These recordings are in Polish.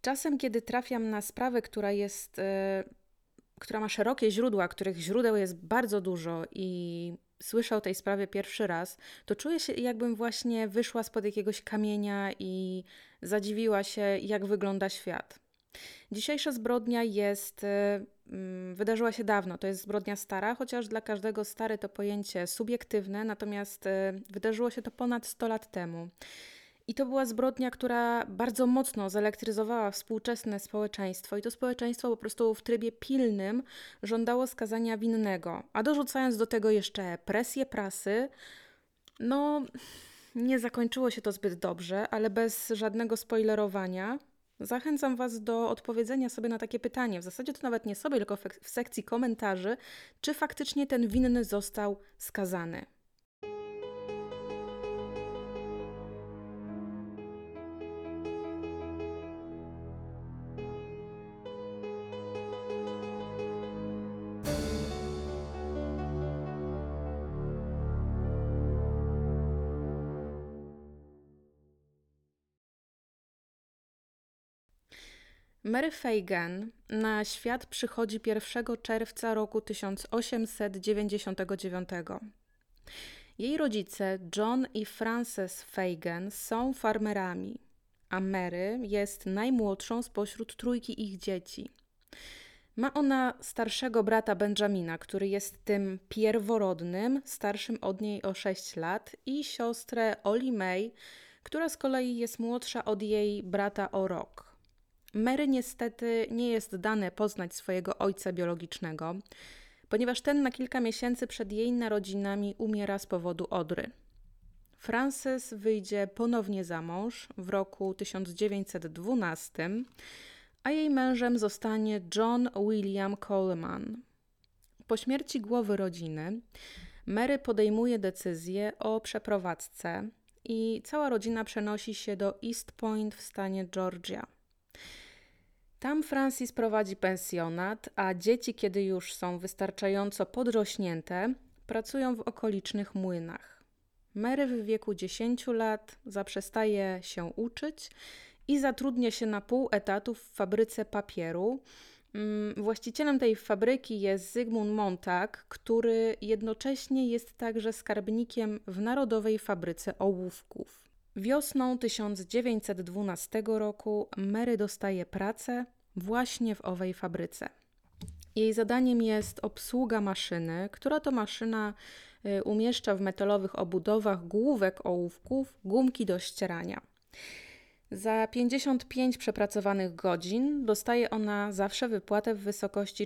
Czasem, kiedy trafiam na sprawę, która ma szerokie źródła, których źródeł jest bardzo dużo i słyszę o tej sprawie pierwszy raz, to czuję się, jakbym właśnie wyszła spod jakiegoś kamienia i zadziwiła się, jak wygląda świat. Dzisiejsza zbrodnia wydarzyła się dawno, to jest zbrodnia stara, chociaż dla każdego stary to pojęcie subiektywne, natomiast wydarzyło się to ponad 100 lat temu. I to była zbrodnia, która bardzo mocno zelektryzowała współczesne społeczeństwo i to społeczeństwo po prostu w trybie pilnym żądało skazania winnego. A dorzucając do tego jeszcze presję prasy, no nie zakończyło się to zbyt dobrze, ale bez żadnego spoilerowania zachęcam Was do odpowiedzenia sobie na takie pytanie. W zasadzie to nawet nie sobie, tylko w sekcji komentarzy, czy faktycznie ten winny został skazany. Mary Fagan na świat przychodzi 1 czerwca roku 1899. Jej rodzice, John i Frances Fagan, są farmerami, a Mary jest najmłodszą spośród trójki ich dzieci. Ma ona starszego brata Benjamina, który jest tym pierworodnym, starszym od niej o 6 lat, i siostrę Ollie Mae, która z kolei jest młodsza od jej brata o rok. Mary niestety nie jest dane poznać swojego ojca biologicznego, ponieważ ten na kilka miesięcy przed jej narodzinami umiera z powodu odry. Frances wyjdzie ponownie za mąż w roku 1912, a jej mężem zostanie John William Coleman. Po śmierci głowy rodziny Mary podejmuje decyzję o przeprowadzce i cała rodzina przenosi się do East Point w stanie Georgia. Tam Francis prowadzi pensjonat, a dzieci, kiedy już są wystarczająco podrośnięte, pracują w okolicznych młynach. Mary w wieku 10 lat zaprzestaje się uczyć i zatrudnia się na pół etatu w fabryce papieru. Właścicielem tej fabryki jest Zygmunt Montag, który jednocześnie jest także skarbnikiem w Narodowej Fabryce Ołówków. Wiosną 1912 roku Mary dostaje pracę właśnie w owej fabryce. Jej zadaniem jest obsługa maszyny, która to maszyna umieszcza w metalowych obudowach główek ołówków gumki do ścierania. Za 55 przepracowanych godzin dostaje ona zawsze wypłatę w wysokości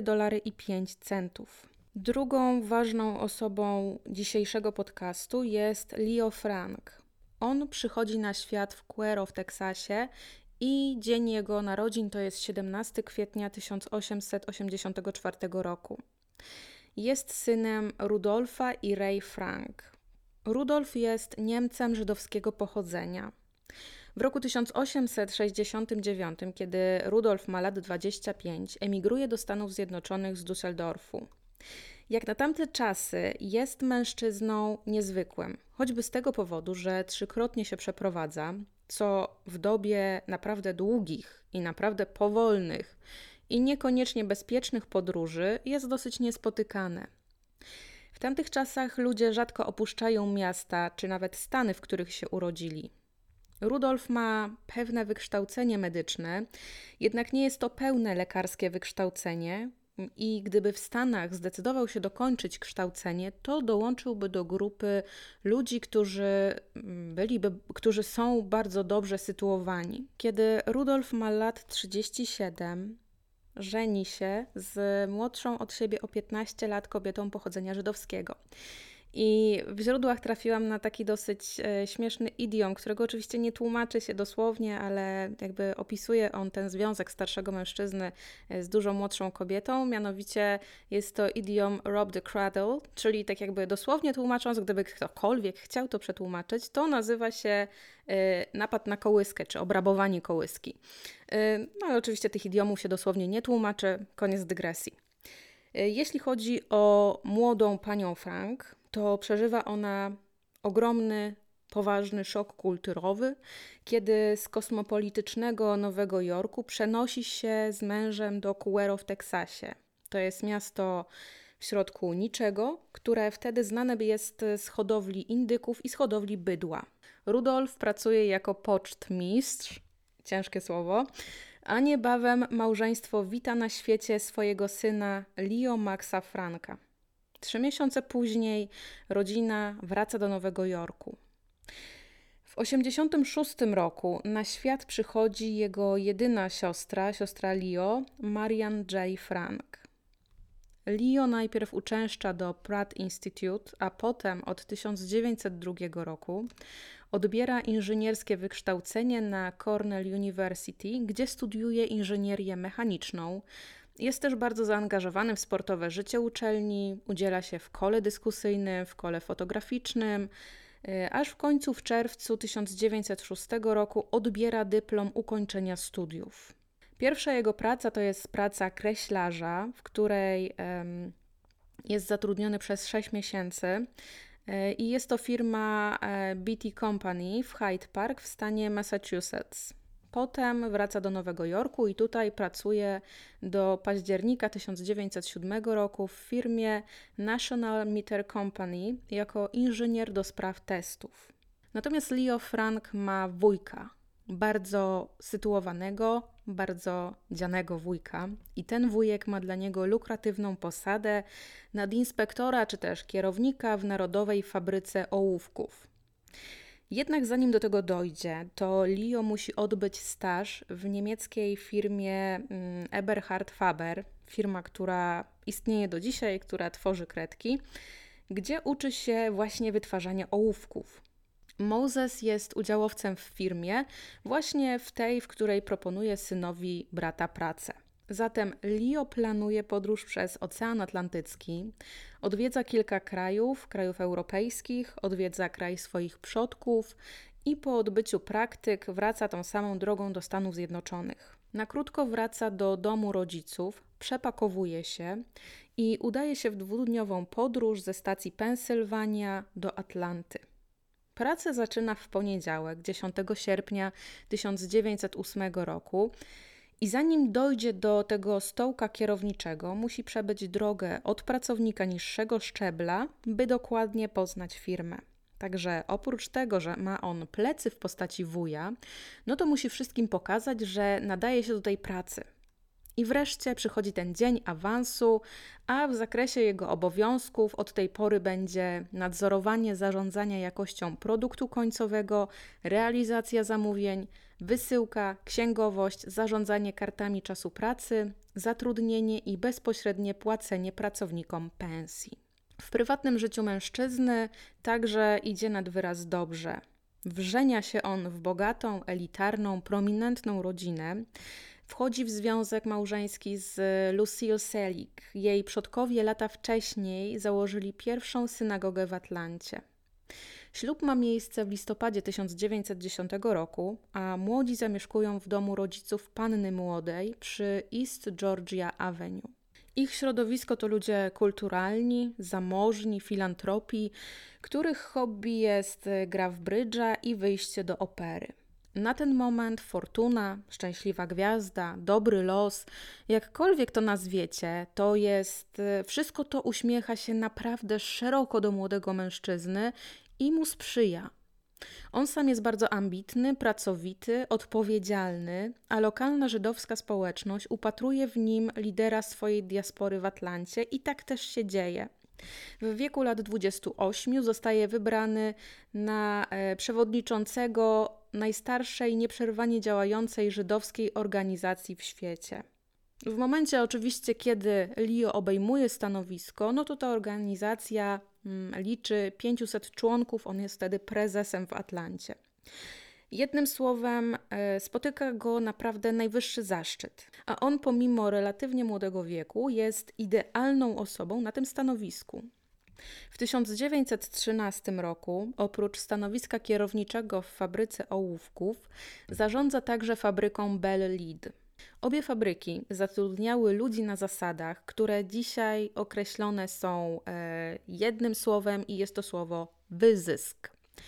$4,05. Drugą ważną osobą dzisiejszego podcastu jest Leo Frank. On przychodzi na świat w Cuero w Teksasie i dzień jego narodzin to jest 17 kwietnia 1884 roku. Jest synem Rudolfa i Ray Frank. Rudolf jest Niemcem żydowskiego pochodzenia. W roku 1869, kiedy Rudolf ma lat 25, emigruje do Stanów Zjednoczonych z Düsseldorfu. Jak na tamte czasy jest mężczyzną niezwykłym, choćby z tego powodu, że 3-krotnie się przeprowadza, co w dobie naprawdę długich i naprawdę powolnych i niekoniecznie bezpiecznych podróży jest dosyć niespotykane. W tamtych czasach ludzie rzadko opuszczają miasta czy nawet stany, w których się urodzili. Rudolf ma pewne wykształcenie medyczne, jednak nie jest to pełne lekarskie wykształcenie i gdyby w Stanach zdecydował się dokończyć kształcenie, to dołączyłby do grupy ludzi, którzy są bardzo dobrze sytuowani. Kiedy Rudolf ma lat 37, żeni się z młodszą od siebie o 15 lat kobietą pochodzenia żydowskiego. I w źródłach trafiłam na taki dosyć śmieszny idiom, którego oczywiście nie tłumaczy się dosłownie, ale jakby opisuje on ten związek starszego mężczyzny z dużo młodszą kobietą. Mianowicie jest to idiom rob the cradle, czyli tak jakby dosłownie tłumacząc, gdyby ktokolwiek chciał to przetłumaczyć, to nazywa się napad na kołyskę, czy obrabowanie kołyski. No ale oczywiście tych idiomów się dosłownie nie tłumaczy, koniec dygresji. Jeśli chodzi o młodą panią Frank, to przeżywa ona ogromny poważny szok kulturowy, kiedy z kosmopolitycznego Nowego Jorku przenosi się z mężem do Cuero w Teksasie. To jest miasto w środku niczego, które wtedy znane jest z hodowli indyków i z hodowli bydła. Rudolf pracuje jako pocztmistrz, ciężkie słowo, a niebawem małżeństwo wita na świecie swojego syna Leo Maxa Franka. 3 miesiące później rodzina wraca do Nowego Jorku. W 1986 roku na świat przychodzi jego jedyna siostra Leo, Marian J. Frank. Leo najpierw uczęszcza do Pratt Institute, a potem od 1902 roku odbiera inżynierskie wykształcenie na Cornell University, gdzie studiuje inżynierię mechaniczną. Jest też bardzo zaangażowany w sportowe życie uczelni, udziela się w kole dyskusyjnym, w kole fotograficznym, aż w końcu w czerwcu 1906 roku odbiera dyplom ukończenia studiów. Pierwsza jego praca to jest praca kreślarza, w której jest zatrudniony przez 6 miesięcy i jest to firma BT Company w Hyde Park w stanie Massachusetts. Potem wraca do Nowego Jorku i tutaj pracuje do października 1907 roku w firmie National Meter Company jako inżynier do spraw testów. Natomiast Leo Frank ma wujka, bardzo sytuowanego, bardzo dzianego wujka i ten wujek ma dla niego lukratywną posadę nadinspektora czy też kierownika w Narodowej Fabryce Ołówków. Jednak zanim do tego dojdzie, to Leo musi odbyć staż w niemieckiej firmie Eberhard Faber, firma, która istnieje do dzisiaj, która tworzy kredki, gdzie uczy się właśnie wytwarzania ołówków. Moses jest udziałowcem w firmie, właśnie w tej, w której proponuje synowi brata pracę. Zatem Leo planuje podróż przez Ocean Atlantycki, odwiedza kilka krajów europejskich, odwiedza kraj swoich przodków i po odbyciu praktyk wraca tą samą drogą do Stanów Zjednoczonych. Na krótko wraca do domu rodziców, przepakowuje się i udaje się w 2-dniową podróż ze stacji Pensylwania do Atlanty. Pracę zaczyna w poniedziałek, 10 sierpnia 1908 roku i zanim dojdzie do tego stołka kierowniczego, musi przebyć drogę od pracownika niższego szczebla, by dokładnie poznać firmę. Także oprócz tego, że ma on plecy w postaci wuja, no to musi wszystkim pokazać, że nadaje się do tej pracy. I wreszcie przychodzi ten dzień awansu, a w zakresie jego obowiązków od tej pory będzie nadzorowanie zarządzania jakością produktu końcowego, realizacja zamówień, wysyłka, księgowość, zarządzanie kartami czasu pracy, zatrudnienie i bezpośrednie płacenie pracownikom pensji. W prywatnym życiu mężczyzny także idzie nad wyraz dobrze. Wrzenia się on w bogatą, elitarną, prominentną rodzinę. Wchodzi w związek małżeński z Lucille Selig. Jej przodkowie lata wcześniej założyli pierwszą synagogę w Atlancie. Ślub ma miejsce w listopadzie 1910 roku, a młodzi zamieszkują w domu rodziców panny młodej przy East Georgia Avenue. Ich środowisko to ludzie kulturalni, zamożni, filantropi, których hobby jest gra w brydża i wyjście do opery. Na ten moment fortuna, szczęśliwa gwiazda, dobry los, jakkolwiek to nazwiecie, to jest, wszystko to uśmiecha się naprawdę szeroko do młodego mężczyzny i mu sprzyja. On sam jest bardzo ambitny, pracowity, odpowiedzialny, a lokalna żydowska społeczność upatruje w nim lidera swojej diaspory w Atlancie i tak też się dzieje. W wieku lat 28 zostaje wybrany na przewodniczącego najstarszej, nieprzerwanie działającej żydowskiej organizacji w świecie. W momencie oczywiście, kiedy Leo obejmuje stanowisko, no to ta organizacja liczy 500 członków, on jest wtedy prezesem w Atlancie. Jednym słowem spotyka go naprawdę najwyższy zaszczyt, a on pomimo relatywnie młodego wieku jest idealną osobą na tym stanowisku. W 1913 roku, oprócz stanowiska kierowniczego w fabryce ołówków, zarządza także fabryką Bell Lead. Obie fabryki zatrudniały ludzi na zasadach, które dzisiaj określone są jednym słowem i jest to słowo wyzysk. W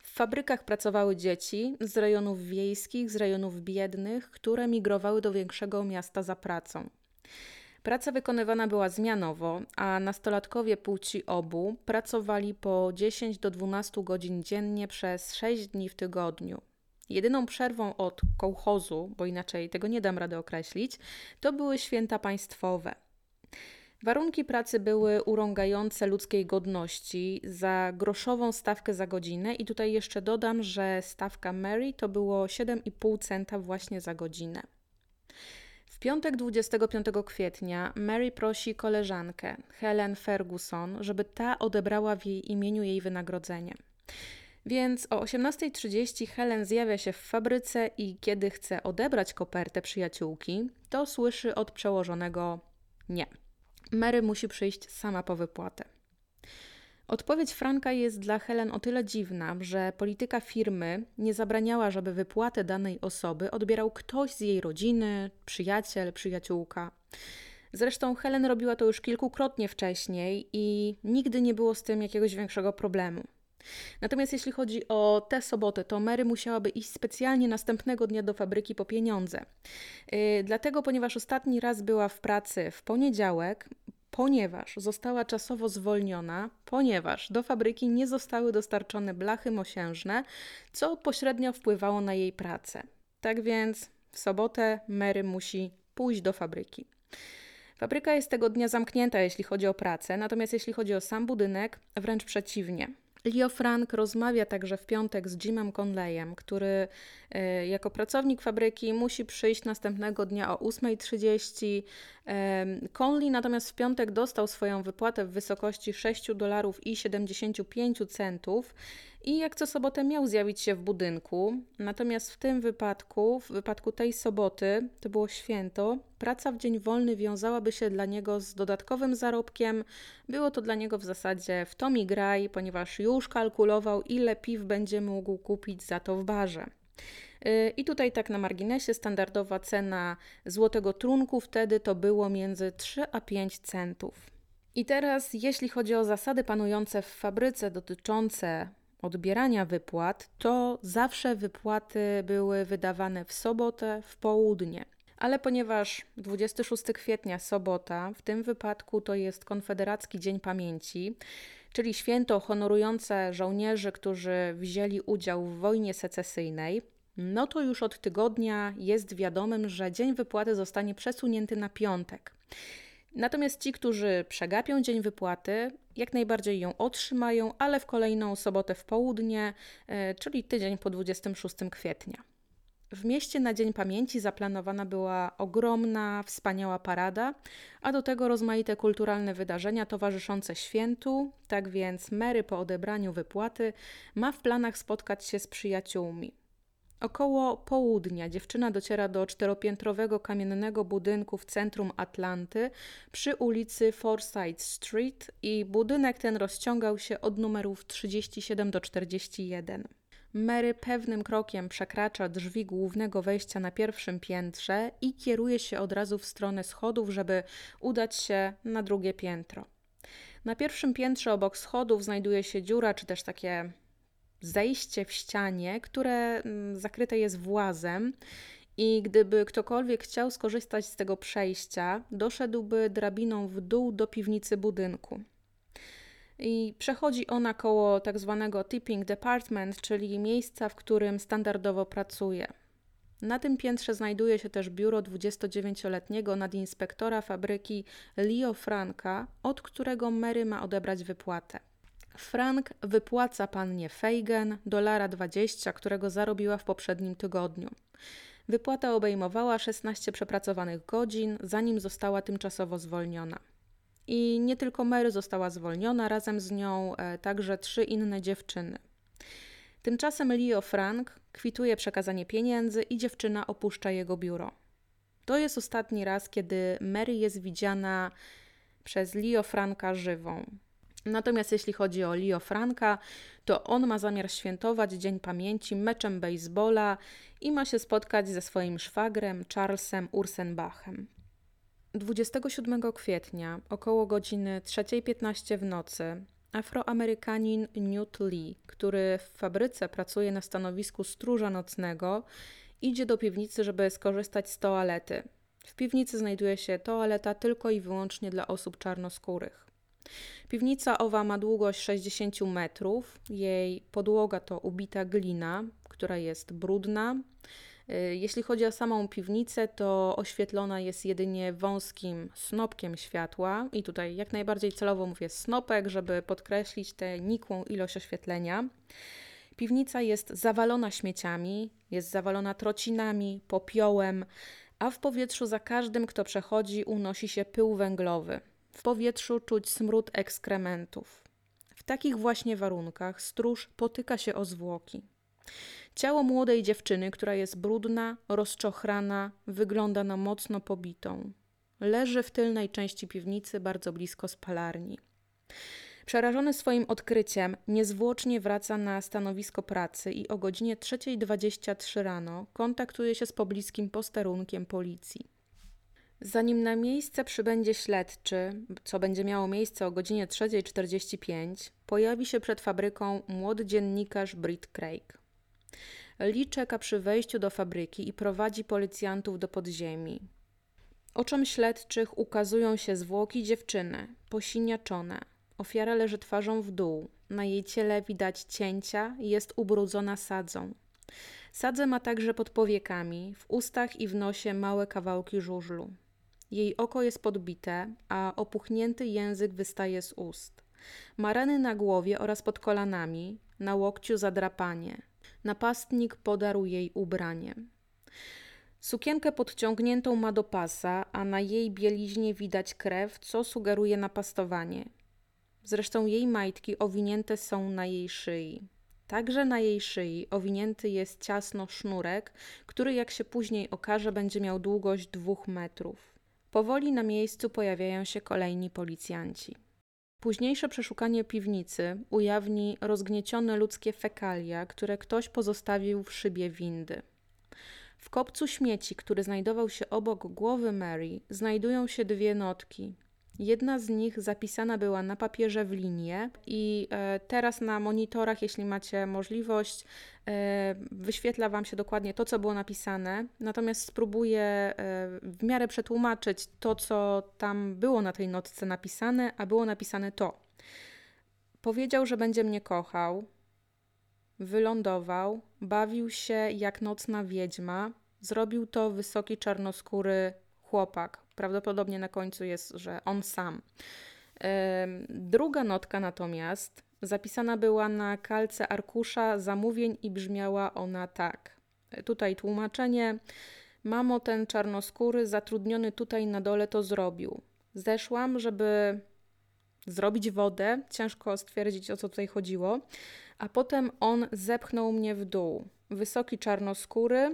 W fabrykach pracowały dzieci z rejonów wiejskich, z rejonów biednych, które migrowały do większego miasta za pracą. Praca wykonywana była zmianowo, a nastolatkowie płci obu pracowali po 10 do 12 godzin dziennie przez 6 dni w tygodniu. Jedyną przerwą od kołchozu, bo inaczej tego nie dam rady określić, to były święta państwowe. Warunki pracy były urągające ludzkiej godności za groszową stawkę za godzinę i tutaj jeszcze dodam, że stawka Mary to było 7,5 centa właśnie za godzinę. W piątek 25 kwietnia Mary prosi koleżankę Helen Ferguson, żeby ta odebrała w jej imieniu jej wynagrodzenie. Więc o 18:30 Helen zjawia się w fabryce i kiedy chce odebrać kopertę przyjaciółki, to słyszy od przełożonego nie. Mary musi przyjść sama po wypłatę. Odpowiedź Franka jest dla Helen o tyle dziwna, że polityka firmy nie zabraniała, żeby wypłatę danej osoby odbierał ktoś z jej rodziny, przyjaciel, przyjaciółka. Zresztą Helen robiła to już kilkukrotnie wcześniej i nigdy nie było z tym jakiegoś większego problemu. Natomiast jeśli chodzi o tę sobotę, to Mary musiałaby iść specjalnie następnego dnia do fabryki po pieniądze. Dlatego, ponieważ ostatni raz była w pracy w poniedziałek, ponieważ została czasowo zwolniona, ponieważ do fabryki nie zostały dostarczone blachy mosiężne, co pośrednio wpływało na jej pracę. Tak więc w sobotę Mary musi pójść do fabryki. Fabryka jest tego dnia zamknięta, jeśli chodzi o pracę, natomiast jeśli chodzi o sam budynek, wręcz przeciwnie. Leo Frank rozmawia także w piątek z Jimem Conleyem, który jako pracownik fabryki musi przyjść następnego dnia o 8:30. Conley natomiast w piątek dostał swoją wypłatę w wysokości $6,75 i jak co sobotę miał zjawić się w budynku. Natomiast w tym wypadku, w wypadku tej soboty, to było święto, praca w dzień wolny wiązałaby się dla niego z dodatkowym zarobkiem. Było to dla niego w zasadzie w to mi graj, ponieważ już kalkulował, ile piw będzie mógł kupić za to w barze. I tutaj tak na marginesie standardowa cena złotego trunku wtedy to było między 3 a 5 centów. I teraz jeśli chodzi o zasady panujące w fabryce dotyczące odbierania wypłat, to zawsze wypłaty były wydawane w sobotę, w południe. Ale ponieważ 26 kwietnia, sobota, w tym wypadku to jest Konfederacki Dzień Pamięci, czyli święto honorujące żołnierzy, którzy wzięli udział w wojnie secesyjnej, no to już od tygodnia jest wiadomym, że dzień wypłaty zostanie przesunięty na piątek. Natomiast ci, którzy przegapią dzień wypłaty, jak najbardziej ją otrzymają, ale w kolejną sobotę w południe, czyli tydzień po 26 kwietnia. W mieście na Dzień Pamięci zaplanowana była ogromna, wspaniała parada, a do tego rozmaite kulturalne wydarzenia towarzyszące świętu, tak więc Mary po odebraniu wypłaty ma w planach spotkać się z przyjaciółmi. Około południa dziewczyna dociera do czteropiętrowego kamiennego budynku w centrum Atlanty przy ulicy Forsyth Street i budynek ten rozciągał się od numerów 37 do 41. Mary pewnym krokiem przekracza drzwi głównego wejścia na pierwszym piętrze i kieruje się od razu w stronę schodów, żeby udać się na drugie piętro. Na pierwszym piętrze obok schodów znajduje się dziura, czy też takie zejście w ścianie, które zakryte jest włazem i gdyby ktokolwiek chciał skorzystać z tego przejścia, doszedłby drabiną w dół do piwnicy budynku. I przechodzi ona koło tak zwanego tipping department, czyli miejsca, w którym standardowo pracuje. Na tym piętrze znajduje się też biuro 29-letniego nadinspektora fabryki Leo Franka, od którego Mary ma odebrać wypłatę. Frank wypłaca pannie Fagan $20, którego zarobiła w poprzednim tygodniu. Wypłata obejmowała 16 przepracowanych godzin, zanim została tymczasowo zwolniona. I nie tylko Mary została zwolniona, razem z nią także 3 inne dziewczyny. Tymczasem Leo Frank kwituje przekazanie pieniędzy i dziewczyna opuszcza jego biuro. To jest ostatni raz, kiedy Mary jest widziana przez Leo Franka żywą. Natomiast jeśli chodzi o Leo Franka, to on ma zamiar świętować Dzień Pamięci meczem baseballa i ma się spotkać ze swoim szwagrem Charlesem Ursenbachem. 27 kwietnia około godziny 3:15 w nocy Afroamerykanin Newt Lee, który w fabryce pracuje na stanowisku stróża nocnego, idzie do piwnicy, żeby skorzystać z toalety. W piwnicy znajduje się toaleta tylko i wyłącznie dla osób czarnoskórych. Piwnica owa ma długość 60 metrów. Jej podłoga to ubita glina, która jest brudna. Jeśli chodzi o samą piwnicę, to oświetlona jest jedynie wąskim snopkiem światła i tutaj jak najbardziej celowo mówię snopek, żeby podkreślić tę nikłą ilość oświetlenia. Piwnica jest zawalona śmieciami, jest zawalona trocinami, popiołem, a w powietrzu za każdym, kto przechodzi, unosi się pył węglowy. W powietrzu czuć smród ekskrementów. W takich właśnie warunkach stróż potyka się o zwłoki. Ciało młodej dziewczyny, która jest brudna, rozczochrana, wygląda na mocno pobitą. Leży w tylnej części piwnicy, bardzo blisko spalarni. Przerażony swoim odkryciem, niezwłocznie wraca na stanowisko pracy i o godzinie 3:23 rano kontaktuje się z pobliskim posterunkiem policji. Zanim na miejsce przybędzie śledczy, co będzie miało miejsce o godzinie 3:45, pojawi się przed fabryką młody dziennikarz Britt Craig. Lee czeka przy wejściu do fabryki i prowadzi policjantów do podziemi. Oczom śledczych ukazują się zwłoki dziewczyny, posiniaczone. Ofiara leży twarzą w dół. Na jej ciele widać cięcia i jest ubrudzona sadzą. Sadzę ma także pod powiekami, w ustach i w nosie małe kawałki żużlu. Jej oko jest podbite, a opuchnięty język wystaje z ust. Ma rany na głowie oraz pod kolanami, na łokciu zadrapanie. Napastnik podarł jej ubranie. Sukienkę podciągniętą ma do pasa, a na jej bieliźnie widać krew, co sugeruje napastowanie. Zresztą jej majtki owinięte są na jej szyi. Także na jej szyi owinięty jest ciasno sznurek, który jak się później okaże będzie miał długość 2 metrów. Powoli na miejscu pojawiają się kolejni policjanci. Późniejsze przeszukanie piwnicy ujawni rozgniecione ludzkie fekalia, które ktoś pozostawił w szybie windy. W kopcu śmieci, który znajdował się obok głowy Mary, znajdują się 2 notki. Jedna z nich zapisana była na papierze w linię i teraz na monitorach, jeśli macie możliwość, wyświetla Wam się dokładnie to, co było napisane. Natomiast spróbuję w miarę przetłumaczyć to, co tam było na tej notce napisane, a było napisane to. Powiedział, że będzie mnie kochał, wylądował, bawił się jak nocna wiedźma, zrobił to wysoki czarnoskóry chłopak. Prawdopodobnie na końcu jest, że on sam. Druga notka natomiast zapisana była na kalce arkusza zamówień i brzmiała ona tak. Tutaj tłumaczenie. Mamo, ten czarnoskóry zatrudniony tutaj na dole to zrobił. Zeszłam, żeby zrobić wodę. Ciężko stwierdzić, o co tutaj chodziło. A potem on zepchnął mnie w dół. Wysoki czarnoskóry.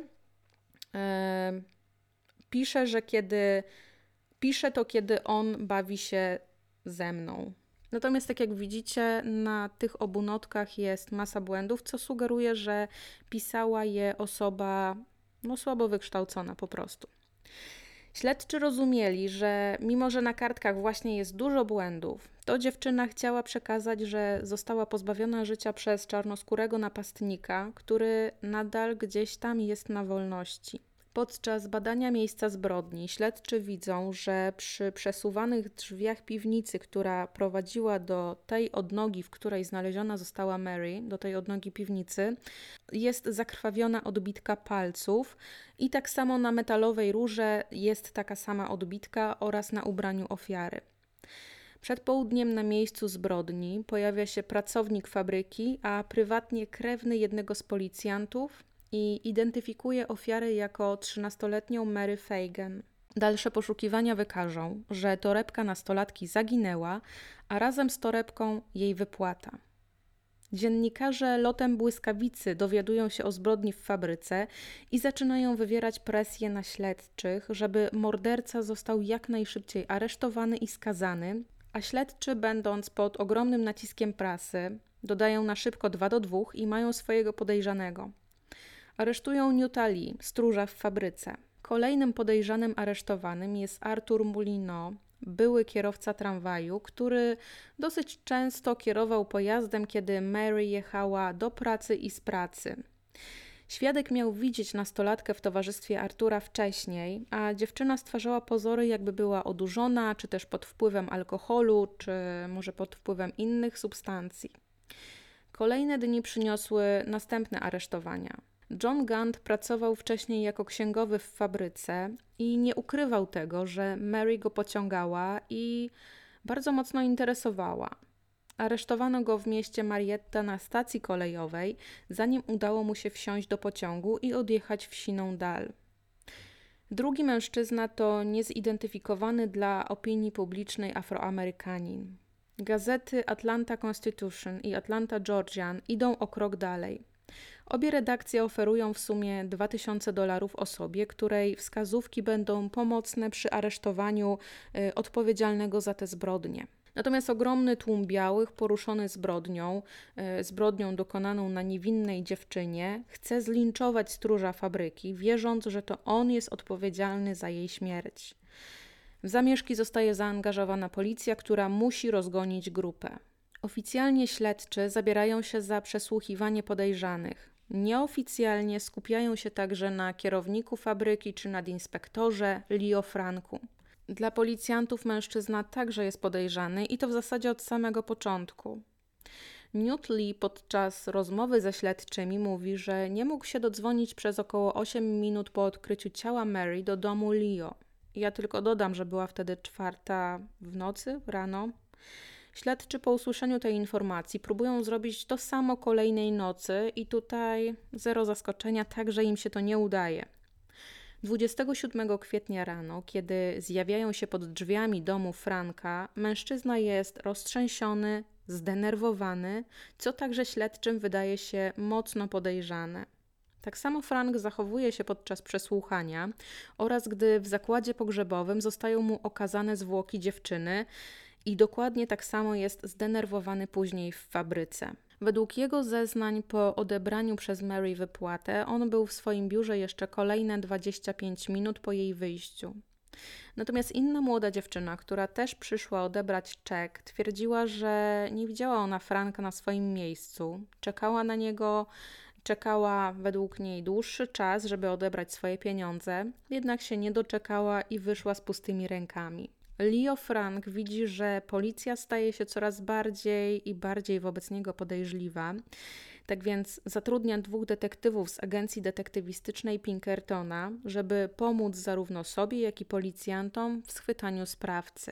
Pisze, że pisze to, kiedy on bawi się ze mną. Natomiast tak jak widzicie, na tych obu notkach jest masa błędów, co sugeruje, że pisała je osoba słabo wykształcona po prostu. Śledczy rozumieli, że mimo, że na kartkach właśnie jest dużo błędów, to dziewczyna chciała przekazać, że została pozbawiona życia przez czarnoskórego napastnika, który nadal gdzieś tam jest na wolności. Podczas badania miejsca zbrodni śledczy widzą, że przy przesuwanych drzwiach piwnicy, która prowadziła do tej odnogi, w której znaleziona została Mary, do tej odnogi piwnicy, jest zakrwawiona odbitka palców i tak samo na metalowej rurze jest taka sama odbitka oraz na ubraniu ofiary. Przed południem na miejscu zbrodni pojawia się pracownik fabryki, a prywatnie krewny jednego z policjantów, i identyfikuje ofiarę jako 13-letnią Mary Fagan. Dalsze poszukiwania wykażą, że torebka nastolatki zaginęła, a razem z torebką jej wypłata. Dziennikarze lotem błyskawicy dowiadują się o zbrodni w fabryce i zaczynają wywierać presję na śledczych, żeby morderca został jak najszybciej aresztowany i skazany, a śledczy, będąc pod ogromnym naciskiem prasy, dodają na szybko 2 do 2 i mają swojego podejrzanego. Aresztują Newta Lee, stróża w fabryce. Kolejnym podejrzanym aresztowanym jest Arthur Moulinot, były kierowca tramwaju, który dosyć często kierował pojazdem, kiedy Mary jechała do pracy i z pracy. Świadek miał widzieć nastolatkę w towarzystwie Artura wcześniej, a dziewczyna stwarzała pozory, jakby była odurzona, czy też pod wpływem alkoholu, czy może pod wpływem innych substancji. Kolejne dni przyniosły następne aresztowania. John Gant pracował wcześniej jako księgowy w fabryce i nie ukrywał tego, że Mary go pociągała i bardzo mocno interesowała. Aresztowano go w mieście Marietta na stacji kolejowej, zanim udało mu się wsiąść do pociągu i odjechać w siną dal. Drugi mężczyzna to niezidentyfikowany dla opinii publicznej Afroamerykanin. Gazety Atlanta Constitution i Atlanta Georgian idą o krok dalej. Obie redakcje oferują w sumie $2000 osobie, której wskazówki będą pomocne przy aresztowaniu odpowiedzialnego za te zbrodnie. Natomiast ogromny tłum białych, poruszony zbrodnią dokonaną na niewinnej dziewczynie, chce zlinczować stróża fabryki, wierząc, że to on jest odpowiedzialny za jej śmierć. W zamieszki zostaje zaangażowana policja, która musi rozgonić grupę. Oficjalnie śledczy zabierają się za przesłuchiwanie podejrzanych. Nieoficjalnie skupiają się także na kierowniku fabryki czy nadinspektorze Leo Franku. Dla policjantów mężczyzna także jest podejrzany i to w zasadzie od samego początku. Newt Lee podczas rozmowy ze śledczymi mówi, że nie mógł się dodzwonić przez około 8 minut po odkryciu ciała Mary do domu Leo. Ja tylko dodam, że była wtedy 4 w nocy, rano. Śledczy po usłyszeniu tej informacji próbują zrobić to samo kolejnej nocy i tutaj zero zaskoczenia, także im się to nie udaje. 27 kwietnia rano, kiedy zjawiają się pod drzwiami domu Franka, mężczyzna jest roztrzęsiony, zdenerwowany, co także śledczym wydaje się mocno podejrzane. Tak samo Frank zachowuje się podczas przesłuchania oraz gdy w zakładzie pogrzebowym zostają mu okazane zwłoki dziewczyny i dokładnie tak samo jest zdenerwowany później w fabryce. Według jego zeznań po odebraniu przez Mary wypłatę, on był w swoim biurze jeszcze kolejne 25 minut po jej wyjściu. Natomiast inna młoda dziewczyna, która też przyszła odebrać czek, twierdziła, że nie widziała ona Franka na swoim miejscu. Czekała na niego, czekała według niej dłuższy czas, żeby odebrać swoje pieniądze, jednak się nie doczekała i wyszła z pustymi rękami. Leo Frank widzi, że policja staje się coraz bardziej i bardziej wobec niego podejrzliwa. Tak więc zatrudnia 2 detektywów z agencji detektywistycznej Pinkertona, żeby pomóc zarówno sobie, jak i policjantom w schwytaniu sprawcy.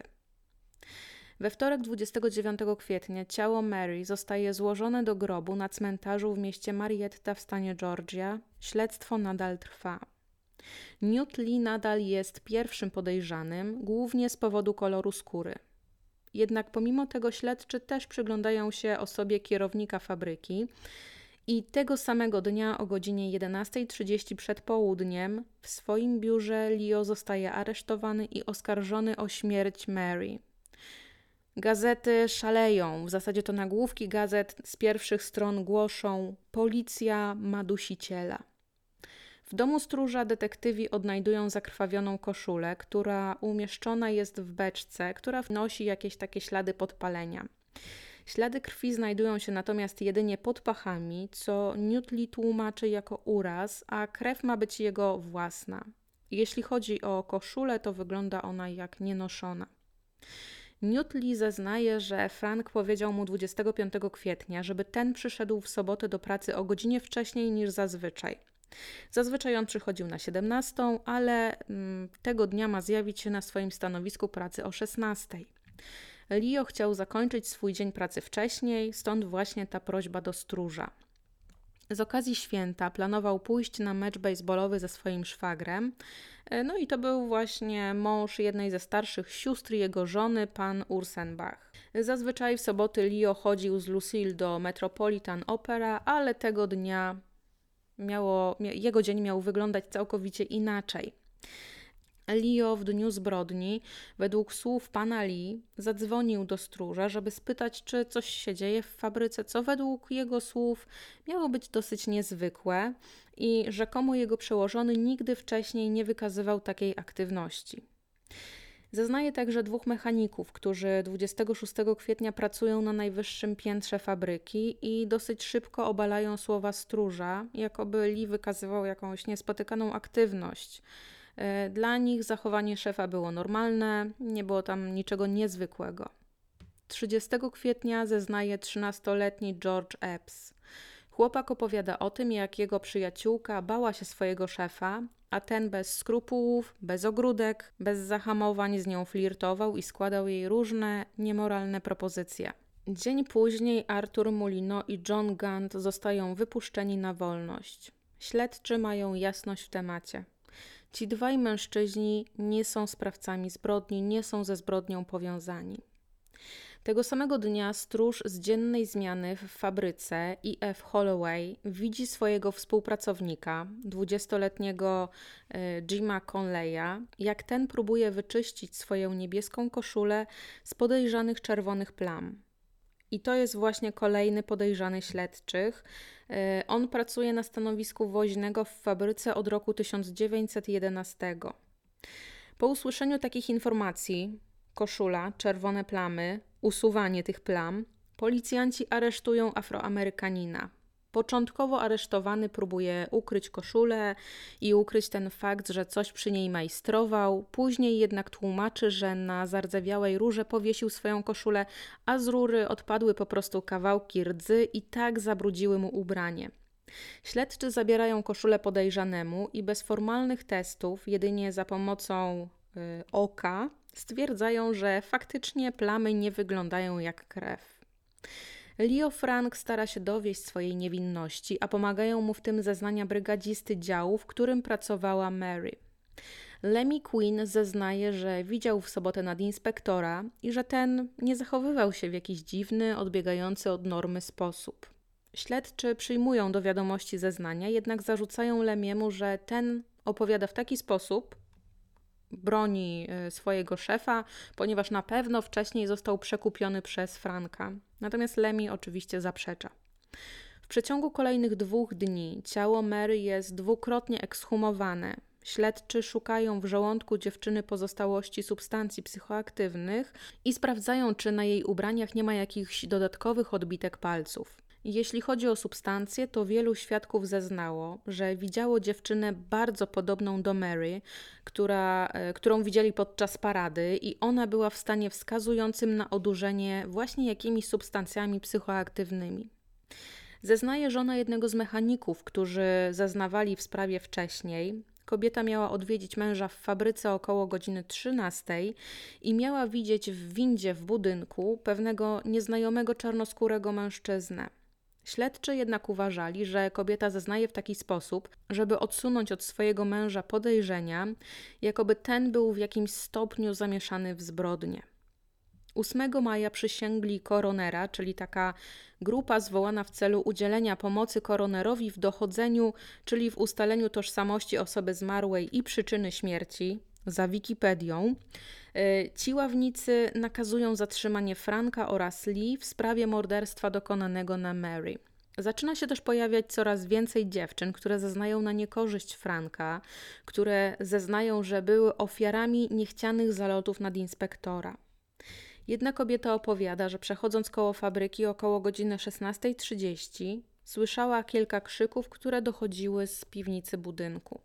We wtorek 29 kwietnia ciało Mary zostaje złożone do grobu na cmentarzu w mieście Marietta w stanie Georgia. Śledztwo nadal trwa. Newt Lee nadal jest pierwszym podejrzanym, głównie z powodu koloru skóry. Jednak pomimo tego śledczy też przyglądają się osobie kierownika fabryki i tego samego dnia o godzinie 11:30 przed południem w swoim biurze Leo zostaje aresztowany i oskarżony o śmierć Mary. Gazety szaleją, w zasadzie to nagłówki gazet z pierwszych stron głoszą: policja ma dusiciela. W domu stróża detektywi odnajdują zakrwawioną koszulę, która umieszczona jest w beczce, która nosi jakieś takie ślady podpalenia. Ślady krwi znajdują się natomiast jedynie pod pachami, co Newt Lee tłumaczy jako uraz, a krew ma być jego własna. Jeśli chodzi o koszulę, to wygląda ona jak nienoszona. Newt Lee zeznaje, że Frank powiedział mu 25 kwietnia, żeby ten przyszedł w sobotę do pracy o godzinie wcześniej niż zazwyczaj. Zazwyczaj on przychodził na 17, ale tego dnia ma zjawić się na swoim stanowisku pracy o 16. Leo chciał zakończyć swój dzień pracy wcześniej, stąd właśnie ta prośba do stróża. Z okazji święta planował pójść na mecz bejsbolowy ze swoim szwagrem. No i to był właśnie mąż jednej ze starszych sióstr jego żony, pan Ursenbach. Zazwyczaj w soboty Leo chodził z Lucille do Metropolitan Opera, ale tego dnia jego dzień miał wyglądać całkowicie inaczej. Leo w dniu zbrodni, według słów pana Lee, zadzwonił do stróża, żeby spytać, czy coś się dzieje w fabryce, co według jego słów miało być dosyć niezwykłe i rzekomo jego przełożony nigdy wcześniej nie wykazywał takiej aktywności. Zeznaje także 2 mechaników, którzy 26 kwietnia pracują na najwyższym piętrze fabryki i dosyć szybko obalają słowa stróża, jakoby Lee wykazywał jakąś niespotykaną aktywność. Dla nich zachowanie szefa było normalne, nie było tam niczego niezwykłego. 30 kwietnia zeznaje 13-letni George Epps. Chłopak opowiada o tym, jak jego przyjaciółka bała się swojego szefa, a ten bez skrupułów, bez ogródek, bez zahamowań z nią flirtował i składał jej różne niemoralne propozycje. Dzień później Arthur Mulino i John Gant zostają wypuszczeni na wolność. Śledczy mają jasność w temacie. Ci dwaj mężczyźni nie są sprawcami zbrodni, nie są ze zbrodnią powiązani. Tego samego dnia stróż z dziennej zmiany w fabryce E.F. Holloway widzi swojego współpracownika, 20-letniego Jima Conleya, jak ten próbuje wyczyścić swoją niebieską koszulę z podejrzanych czerwonych plam. I to jest właśnie kolejny podejrzany śledczych. On pracuje na stanowisku woźnego w fabryce od roku 1911. Po usłyszeniu takich informacji, koszula, czerwone plamy, usuwanie tych plam, policjanci aresztują Afroamerykanina. Początkowo aresztowany próbuje ukryć koszulę i ukryć ten fakt, że coś przy niej majstrował. Później jednak tłumaczy, że na zardzewiałej rurze powiesił swoją koszulę, a z rury odpadły po prostu kawałki rdzy i tak zabrudziły mu ubranie. Śledczy zabierają koszulę podejrzanemu i bez formalnych testów, jedynie za pomocą oka, stwierdzają, że faktycznie plamy nie wyglądają jak krew. Leo Frank stara się dowieść swojej niewinności, a pomagają mu w tym zeznania brygadzisty działu, w którym pracowała Mary. Lemmy Quinn zeznaje, że widział w sobotę nadinspektora i że ten nie zachowywał się w jakiś dziwny, odbiegający od normy sposób. Śledczy przyjmują do wiadomości zeznania, jednak zarzucają Lemiemu, że ten opowiada w taki sposób, broni swojego szefa, ponieważ na pewno wcześniej został przekupiony przez Franka. Natomiast Lemmy oczywiście zaprzecza. W przeciągu kolejnych 2 dni ciało Mary jest dwukrotnie ekshumowane. Śledczy szukają w żołądku dziewczyny pozostałości substancji psychoaktywnych i sprawdzają, czy na jej ubraniach nie ma jakichś dodatkowych odbitek palców. Jeśli chodzi o substancje, to wielu świadków zeznało, że widziało dziewczynę bardzo podobną do Mary, którą widzieli podczas parady i ona była w stanie wskazującym na odurzenie właśnie jakimiś substancjami psychoaktywnymi. Zeznaje żona jednego z mechaników, którzy zeznawali w sprawie wcześniej. Kobieta miała odwiedzić męża w fabryce około godziny 13 i miała widzieć w windzie w budynku pewnego nieznajomego czarnoskórego mężczyznę. Śledczy jednak uważali, że kobieta zeznaje w taki sposób, żeby odsunąć od swojego męża podejrzenia, jakoby ten był w jakimś stopniu zamieszany w zbrodnię. 8 maja przysięgli koronera, czyli taka grupa zwołana w celu udzielenia pomocy koronerowi w dochodzeniu, czyli w ustaleniu tożsamości osoby zmarłej i przyczyny śmierci, za Wikipedią. Ci ławnicy nakazują zatrzymanie Franka oraz Lee w sprawie morderstwa dokonanego na Mary. Zaczyna się też pojawiać coraz więcej dziewczyn, które zeznają na niekorzyść Franka, które zeznają, że były ofiarami niechcianych zalotów nadinspektora. Jedna kobieta opowiada, że przechodząc koło fabryki około godziny 16:30 słyszała kilka krzyków, które dochodziły z piwnicy budynku.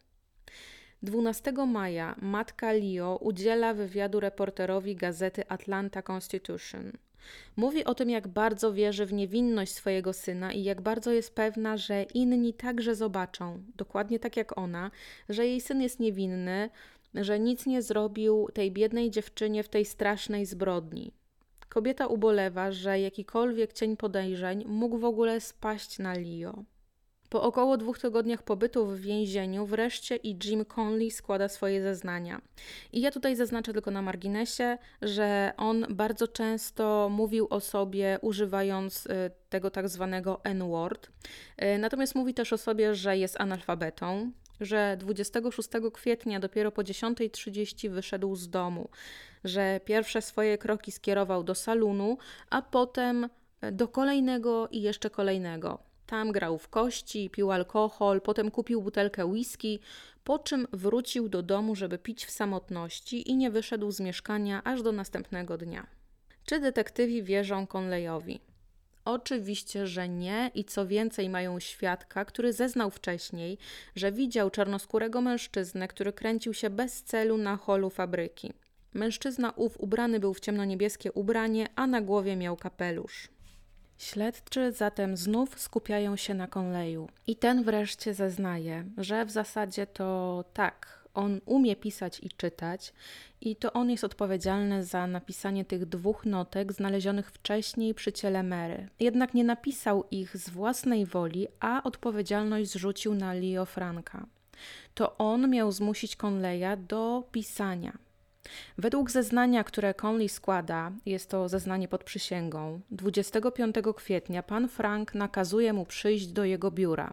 12 maja matka Leo udziela wywiadu reporterowi gazety Atlanta Constitution. Mówi o tym, jak bardzo wierzy w niewinność swojego syna i jak bardzo jest pewna, że inni także zobaczą, dokładnie tak jak ona, że jej syn jest niewinny, że nic nie zrobił tej biednej dziewczynie w tej strasznej zbrodni. Kobieta ubolewa, że jakikolwiek cień podejrzeń mógł w ogóle spaść na Leo. Po około 2 tygodniach pobytu w więzieniu wreszcie i Jim Conley składa swoje zeznania. I ja tutaj zaznaczę tylko na marginesie, że on bardzo często mówił o sobie używając tego tak zwanego N-word. Natomiast mówi też o sobie, że jest analfabetą, że 26 kwietnia dopiero po 10:30 wyszedł z domu, że pierwsze swoje kroki skierował do salonu, a potem do kolejnego i jeszcze kolejnego. Tam grał w kości, pił alkohol, potem kupił butelkę whisky, po czym wrócił do domu, żeby pić w samotności i nie wyszedł z mieszkania aż do następnego dnia. Czy detektywi wierzą Conleyowi? Oczywiście, że nie i co więcej mają świadka, który zeznał wcześniej, że widział czarnoskórego mężczyznę, który kręcił się bez celu na holu fabryki. Mężczyzna ów ubrany był w ciemnoniebieskie ubranie, a na głowie miał kapelusz. Śledczy zatem znów skupiają się na Conleyu i ten wreszcie zeznaje, że w zasadzie to tak, on umie pisać i czytać i to on jest odpowiedzialny za napisanie tych 2 notek znalezionych wcześniej przy ciele Mary. Jednak nie napisał ich z własnej woli, a odpowiedzialność zrzucił na Leo Franka. To on miał zmusić Conleya do pisania. Według zeznania, które Conley składa, jest to zeznanie pod przysięgą, 25 kwietnia pan Frank nakazuje mu przyjść do jego biura.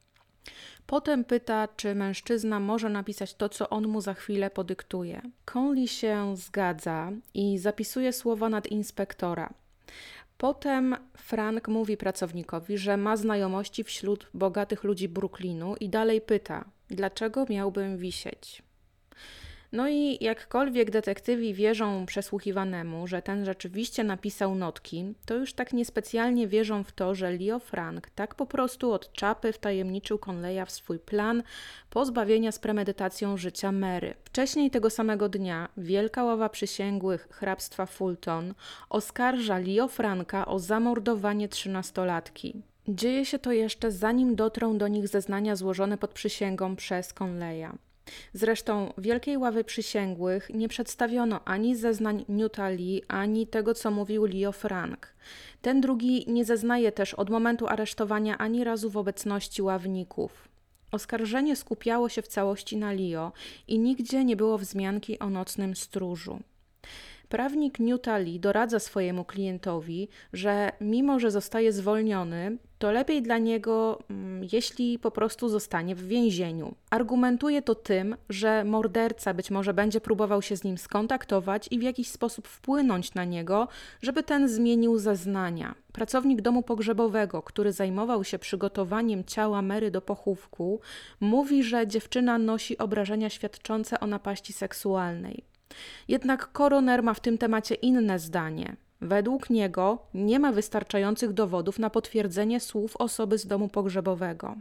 Potem pyta, czy mężczyzna może napisać to, co on mu za chwilę podyktuje. Conley się zgadza i zapisuje słowa nadinspektora. Potem Frank mówi pracownikowi, że ma znajomości wśród bogatych ludzi Brooklynu i dalej pyta, dlaczego miałbym wisieć. No i jakkolwiek detektywi wierzą przesłuchiwanemu, że ten rzeczywiście napisał notki, to już tak niespecjalnie wierzą w to, że Leo Frank tak po prostu od czapy wtajemniczył Conleya w swój plan pozbawienia z premedytacją życia Mary. Wcześniej tego samego dnia Wielka Ława Przysięgłych hrabstwa Fulton oskarża Leo Franka o zamordowanie 13-latki. Dzieje się to jeszcze zanim dotrą do nich zeznania złożone pod przysięgą przez Conleya. Zresztą Wielkiej Ławy Przysięgłych nie przedstawiono ani zeznań Newta Lee, ani tego, co mówił Leo Frank. Ten drugi nie zeznaje też od momentu aresztowania ani razu w obecności ławników. Oskarżenie skupiało się w całości na Leo i nigdzie nie było wzmianki o nocnym stróżu. Prawnik Newta Lee doradza swojemu klientowi, że mimo, że zostaje zwolniony, to lepiej dla niego, jeśli po prostu zostanie w więzieniu. Argumentuje to tym, że morderca być może będzie próbował się z nim skontaktować i w jakiś sposób wpłynąć na niego, żeby ten zmienił zeznania. Pracownik domu pogrzebowego, który zajmował się przygotowaniem ciała Mary do pochówku, mówi, że dziewczyna nosi obrażenia świadczące o napaści seksualnej. Jednak koroner ma w tym temacie inne zdanie. Według niego nie ma wystarczających dowodów na potwierdzenie słów osoby z domu pogrzebowego.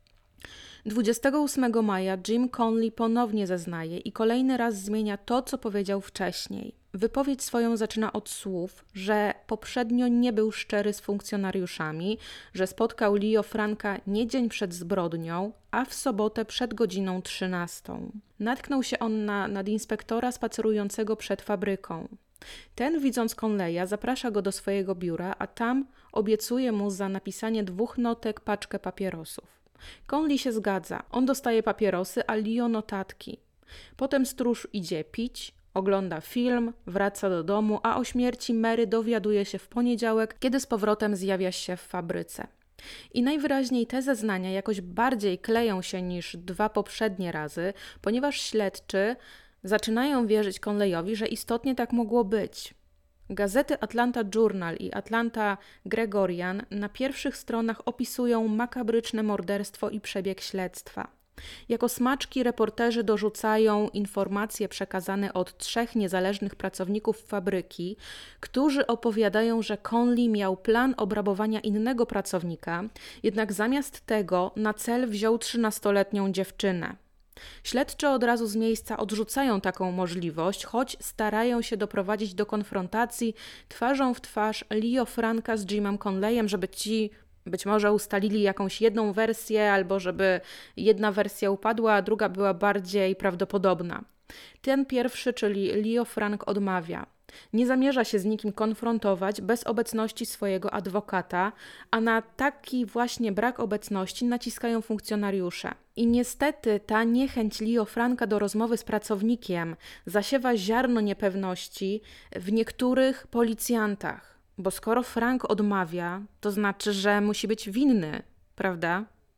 28 maja Jim Conley ponownie zeznaje i kolejny raz zmienia to, co powiedział wcześniej. Wypowiedź swoją zaczyna od słów, że poprzednio nie był szczery z funkcjonariuszami, że spotkał Leo Franka nie dzień przed zbrodnią, a w sobotę przed godziną 13. Natknął się on na nadinspektora spacerującego przed fabryką. Ten, widząc Conleya, zaprasza go do swojego biura, a tam obiecuje mu za napisanie 2 notek paczkę papierosów. Conley się zgadza. On dostaje papierosy, a Leo notatki. Potem stróż idzie pić, ogląda film, wraca do domu, a o śmierci Mary dowiaduje się w poniedziałek, kiedy z powrotem zjawia się w fabryce. I najwyraźniej te zeznania jakoś bardziej kleją się niż 2 poprzednie razy, ponieważ śledczy zaczynają wierzyć Conleyowi, że istotnie tak mogło być. Gazety Atlanta Journal i Atlanta Gregorian na pierwszych stronach opisują makabryczne morderstwo i przebieg śledztwa. Jako smaczki reporterzy dorzucają informacje przekazane od 3 niezależnych pracowników fabryki, którzy opowiadają, że Conley miał plan obrabowania innego pracownika, jednak zamiast tego na cel wziął 13-letnią dziewczynę. Śledczy od razu z miejsca odrzucają taką możliwość, choć starają się doprowadzić do konfrontacji twarzą w twarz Leo Franka z Jimem Conleyem, żeby ci być może ustalili jakąś jedną wersję, albo żeby jedna wersja upadła, a druga była bardziej prawdopodobna. Ten pierwszy, czyli Leo Frank, odmawia. Nie zamierza się z nikim konfrontować bez obecności swojego adwokata, a na taki właśnie brak obecności naciskają funkcjonariusze. I niestety ta niechęć Leo Franka do rozmowy z pracownikiem zasiewa ziarno niepewności w niektórych policjantach. Bo skoro Frank odmawia, to znaczy, że musi być winny, prawda?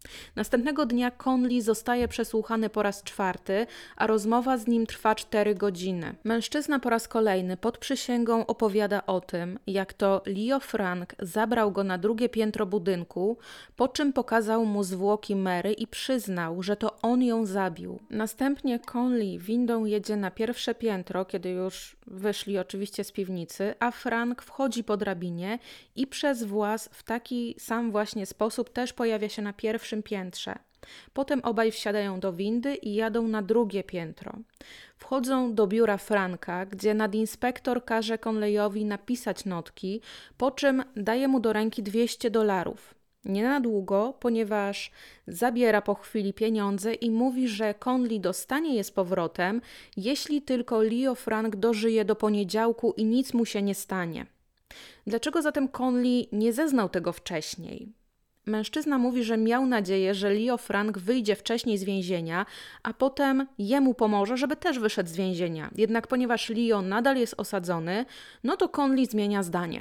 Następnego dnia Conley zostaje przesłuchany po raz 4, a rozmowa z nim trwa 4 godziny. Mężczyzna po raz kolejny pod przysięgą opowiada o tym, jak to Leo Frank zabrał go na drugie piętro budynku, po czym pokazał mu zwłoki Mary i przyznał, że to on ją zabił. Następnie Conley windą jedzie na pierwsze piętro, kiedy już wyszli oczywiście z piwnicy, a Frank wchodzi po drabinie i przez właz w taki sam właśnie sposób też pojawia się na pierwszym piętrze. Potem obaj wsiadają do windy i jadą na drugie piętro. Wchodzą do biura Franka, gdzie nadinspektor każe Conleyowi napisać notki, po czym daje mu do ręki $200. Nie na długo, ponieważ zabiera po chwili pieniądze i mówi, że Conley dostanie je z powrotem, jeśli tylko Leo Frank dożyje do poniedziałku i nic mu się nie stanie. Dlaczego zatem Conley nie zeznał tego wcześniej? Mężczyzna mówi, że miał nadzieję, że Leo Frank wyjdzie wcześniej z więzienia, a potem jemu pomoże, żeby też wyszedł z więzienia. Jednak ponieważ Leo nadal jest osadzony, no to Conley zmienia zdanie.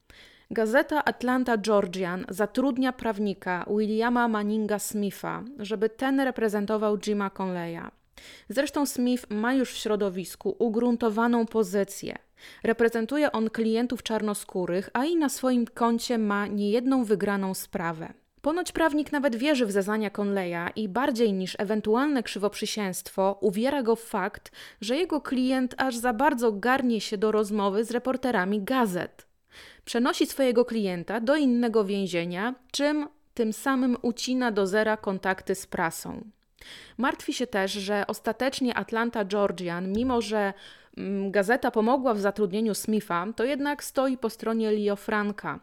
Gazeta Atlanta Georgian zatrudnia prawnika Williama Manninga Smitha, żeby ten reprezentował Jima Conleya. Zresztą Smith ma już w środowisku ugruntowaną pozycję. Reprezentuje on klientów czarnoskórych, a i na swoim koncie ma niejedną wygraną sprawę. Ponoć prawnik nawet wierzy w zeznania Conleya i bardziej niż ewentualne krzywoprzysięstwo uwiera go fakt, że jego klient aż za bardzo garnie się do rozmowy z reporterami gazet. Przenosi swojego klienta do innego więzienia, czym tym samym ucina do zera kontakty z prasą. Martwi się też, że ostatecznie Atlanta Georgian, mimo że gazeta pomogła w zatrudnieniu Smitha, to jednak stoi po stronie Leo Franka.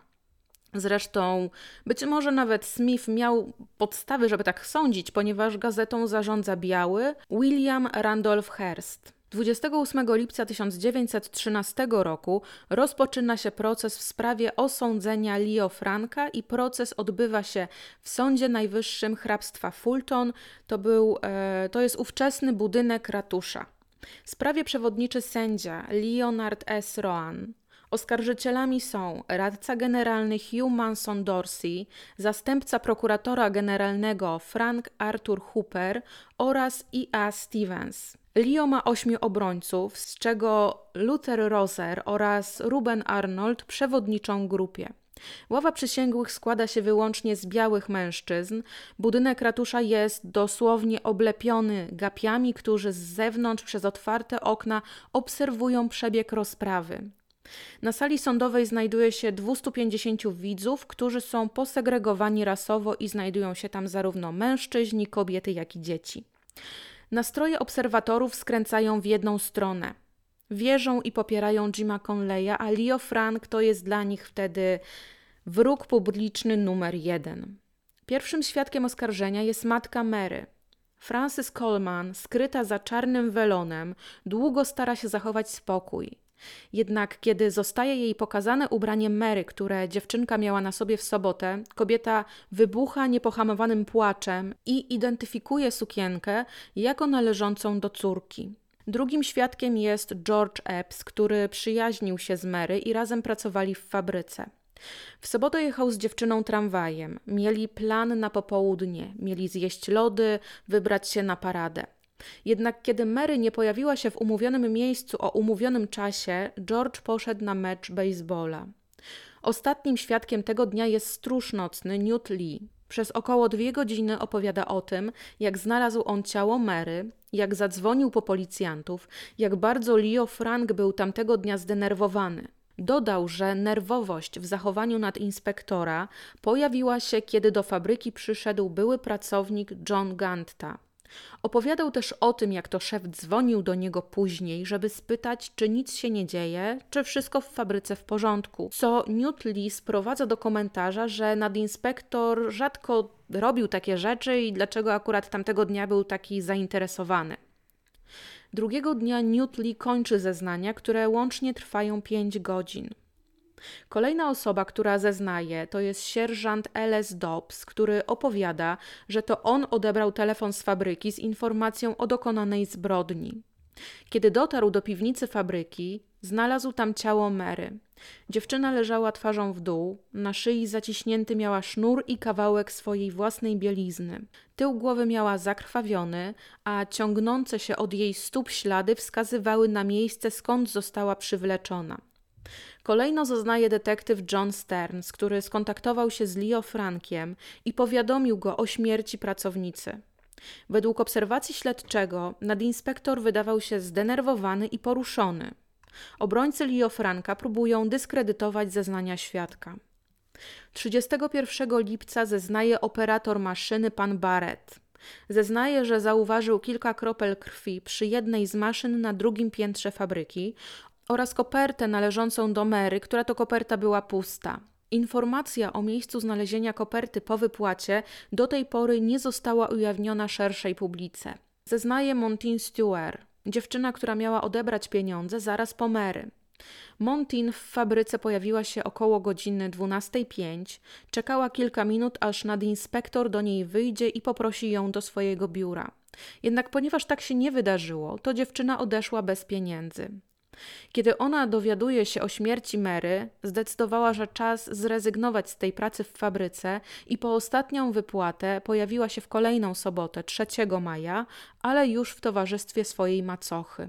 Zresztą być może nawet Smith miał podstawy, żeby tak sądzić, ponieważ gazetą zarządza biały William Randolph Hearst. 28 lipca 1913 roku rozpoczyna się proces w sprawie osądzenia Leo Franka i proces odbywa się w Sądzie Najwyższym hrabstwa Fulton. To jest ówczesny budynek ratusza. W sprawie przewodniczy sędzia Leonard S. Rowan. Oskarżycielami są radca generalny Hugh Manson Dorsey, zastępca prokuratora generalnego Frank Arthur Hooper oraz E.A. Stevens. Leo ma 8 obrońców, z czego Luther Roser oraz Ruben Arnold przewodniczą grupie. Ława przysięgłych składa się wyłącznie z białych mężczyzn. Budynek ratusza jest dosłownie oblepiony gapiami, którzy z zewnątrz przez otwarte okna obserwują przebieg rozprawy. Na sali sądowej znajduje się 250 widzów, którzy są posegregowani rasowo i znajdują się tam zarówno mężczyźni, kobiety, jak i dzieci. Nastroje obserwatorów skręcają w jedną stronę. Wierzą i popierają Jima Conleya, a Leo Frank to jest dla nich wtedy wróg publiczny numer 1. Pierwszym świadkiem oskarżenia jest matka Mary. Frances Coleman, skryta za czarnym welonem, długo stara się zachować spokój. Jednak kiedy zostaje jej pokazane ubranie Mary, które dziewczynka miała na sobie w sobotę, kobieta wybucha niepohamowanym płaczem i identyfikuje sukienkę jako należącą do córki. Drugim świadkiem jest George Epps, który przyjaźnił się z Mary i razem pracowali w fabryce. W sobotę jechał z dziewczyną tramwajem. Mieli plan na popołudnie, mieli zjeść lody, wybrać się na paradę. Jednak kiedy Mary nie pojawiła się w umówionym miejscu o umówionym czasie, George poszedł na mecz baseballa. Ostatnim świadkiem tego dnia jest stróż nocny Newt Lee. Przez około 2 godziny opowiada o tym, jak znalazł on ciało Mary, jak zadzwonił po policjantów, jak bardzo Leo Frank był tamtego dnia zdenerwowany. Dodał, że nerwowość w zachowaniu nadinspektora pojawiła się, kiedy do fabryki przyszedł były pracownik John Gantta. Opowiadał też o tym, jak to szef dzwonił do niego później, żeby spytać, czy nic się nie dzieje, czy wszystko w fabryce w porządku. Co Newt Lee sprowadza do komentarza, że nadinspektor rzadko robił takie rzeczy i dlaczego akurat tamtego dnia był taki zainteresowany. Drugiego dnia Newt Lee kończy zeznania, które łącznie trwają 5 godzin. Kolejna osoba, która zeznaje, to jest sierżant L.S. Dobbs, który opowiada, że to on odebrał telefon z fabryki z informacją o dokonanej zbrodni. Kiedy dotarł do piwnicy fabryki, znalazł tam ciało Mary. Dziewczyna leżała twarzą w dół, na szyi zaciśnięty miała sznur i kawałek swojej własnej bielizny. Tył głowy miała zakrwawiony, a ciągnące się od jej stóp ślady wskazywały na miejsce, skąd została przywleczona. Kolejno zeznaje detektyw John Stearns, który skontaktował się z Leo Frankiem i powiadomił go o śmierci pracownicy. Według obserwacji śledczego nadinspektor wydawał się zdenerwowany i poruszony. Obrońcy Leo Franka próbują dyskredytować zeznania świadka. 31 lipca zeznaje operator maszyny pan Barrett. Zeznaje, że zauważył kilka kropel krwi przy jednej z maszyn na drugim piętrze fabryki oraz kopertę należącą do Mary, która to koperta była pusta. Informacja o miejscu znalezienia koperty po wypłacie do tej pory nie została ujawniona szerszej publice. Zeznaje Montine Stewart, dziewczyna, która miała odebrać pieniądze zaraz po Mary. Montine w fabryce pojawiła się około godziny 12:05, czekała kilka minut, aż nadinspektor do niej wyjdzie i poprosi ją do swojego biura. Jednak ponieważ tak się nie wydarzyło, to dziewczyna odeszła bez pieniędzy. Kiedy ona dowiaduje się o śmierci Mary, zdecydowała, że czas zrezygnować z tej pracy w fabryce i po ostatnią wypłatę pojawiła się w kolejną sobotę, 3 maja, ale już w towarzystwie swojej macochy.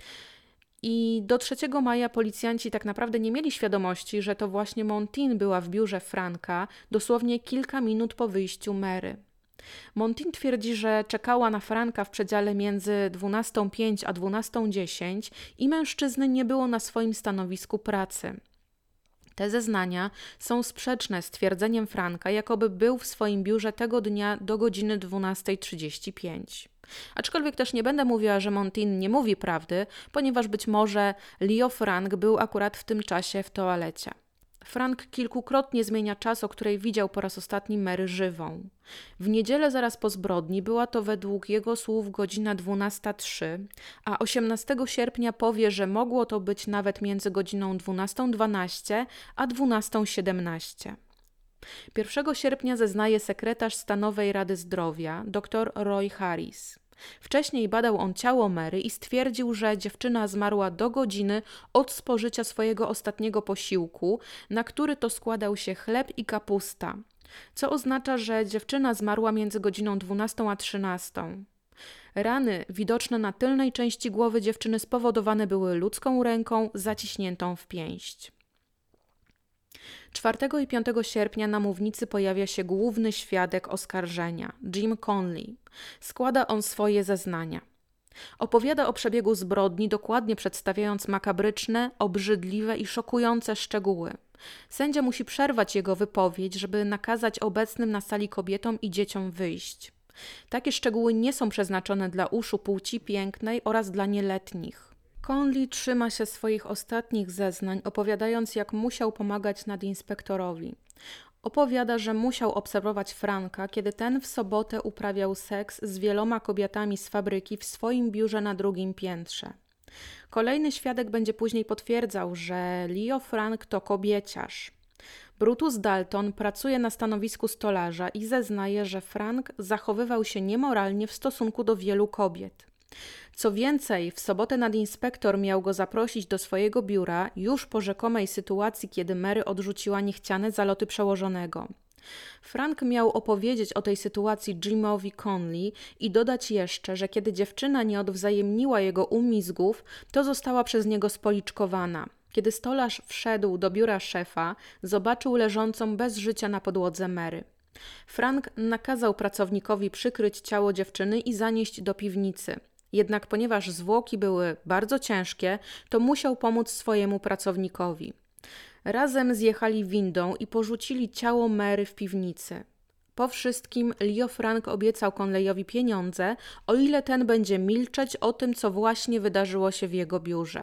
I do 3 maja policjanci tak naprawdę nie mieli świadomości, że to właśnie Montine była w biurze Franka dosłownie kilka minut po wyjściu Mary. Montine twierdzi, że czekała na Franka w przedziale między 12:05 a 12:10 i mężczyzny nie było na swoim stanowisku pracy. Te zeznania są sprzeczne z twierdzeniem Franka, jakoby był w swoim biurze tego dnia do godziny 12:35. Aczkolwiek też nie będę mówiła, że Montine nie mówi prawdy, ponieważ być może Leo Frank był akurat w tym czasie w toalecie. Frank kilkukrotnie zmienia czas, o której widział po raz ostatni Mary żywą. W niedzielę zaraz po zbrodni była to według jego słów godzina 12:03, a 18 sierpnia powie, że mogło to być nawet między godziną 12:12 a 12:17. 1 sierpnia zeznaje sekretarz Stanowej Rady Zdrowia, dr Roy Harris. Wcześniej badał on ciało Mary i stwierdził, że dziewczyna zmarła do godziny od spożycia swojego ostatniego posiłku, na który to składał się chleb i kapusta, co oznacza, że dziewczyna zmarła między godziną 12 a 13. Rany widoczne na tylnej części głowy dziewczyny spowodowane były ludzką ręką zaciśniętą w pięść. 4 i 5 sierpnia na mównicy pojawia się główny świadek oskarżenia, Jim Conley. Składa on swoje zeznania. Opowiada o przebiegu zbrodni, dokładnie przedstawiając makabryczne, obrzydliwe i szokujące szczegóły. Sędzia musi przerwać jego wypowiedź, żeby nakazać obecnym na sali kobietom i dzieciom wyjść. Takie szczegóły nie są przeznaczone dla uszu płci pięknej oraz dla nieletnich. Conley trzyma się swoich ostatnich zeznań, opowiadając, jak musiał pomagać nadinspektorowi. Opowiada, że musiał obserwować Franka, kiedy ten w sobotę uprawiał seks z wieloma kobietami z fabryki w swoim biurze na drugim piętrze. Kolejny świadek będzie później potwierdzał, że Leo Frank to kobieciarz. Brutus Dalton pracuje na stanowisku stolarza i zeznaje, że Frank zachowywał się niemoralnie w stosunku do wielu kobiet. Co więcej, w sobotę nadinspektor miał go zaprosić do swojego biura już po rzekomej sytuacji, kiedy Mary odrzuciła niechciane zaloty przełożonego. Frank miał opowiedzieć o tej sytuacji Jimowi Conley i dodać jeszcze, że kiedy dziewczyna nie odwzajemniła jego umizgów, to została przez niego spoliczkowana. Kiedy stolarz wszedł do biura szefa, zobaczył leżącą bez życia na podłodze Mary. Frank nakazał pracownikowi przykryć ciało dziewczyny i zanieść do piwnicy. Jednak ponieważ zwłoki były bardzo ciężkie, to musiał pomóc swojemu pracownikowi. Razem zjechali windą i porzucili ciało Mary w piwnicy. Po wszystkim Leo Frank obiecał Conleyowi pieniądze, o ile ten będzie milczeć o tym, co właśnie wydarzyło się w jego biurze.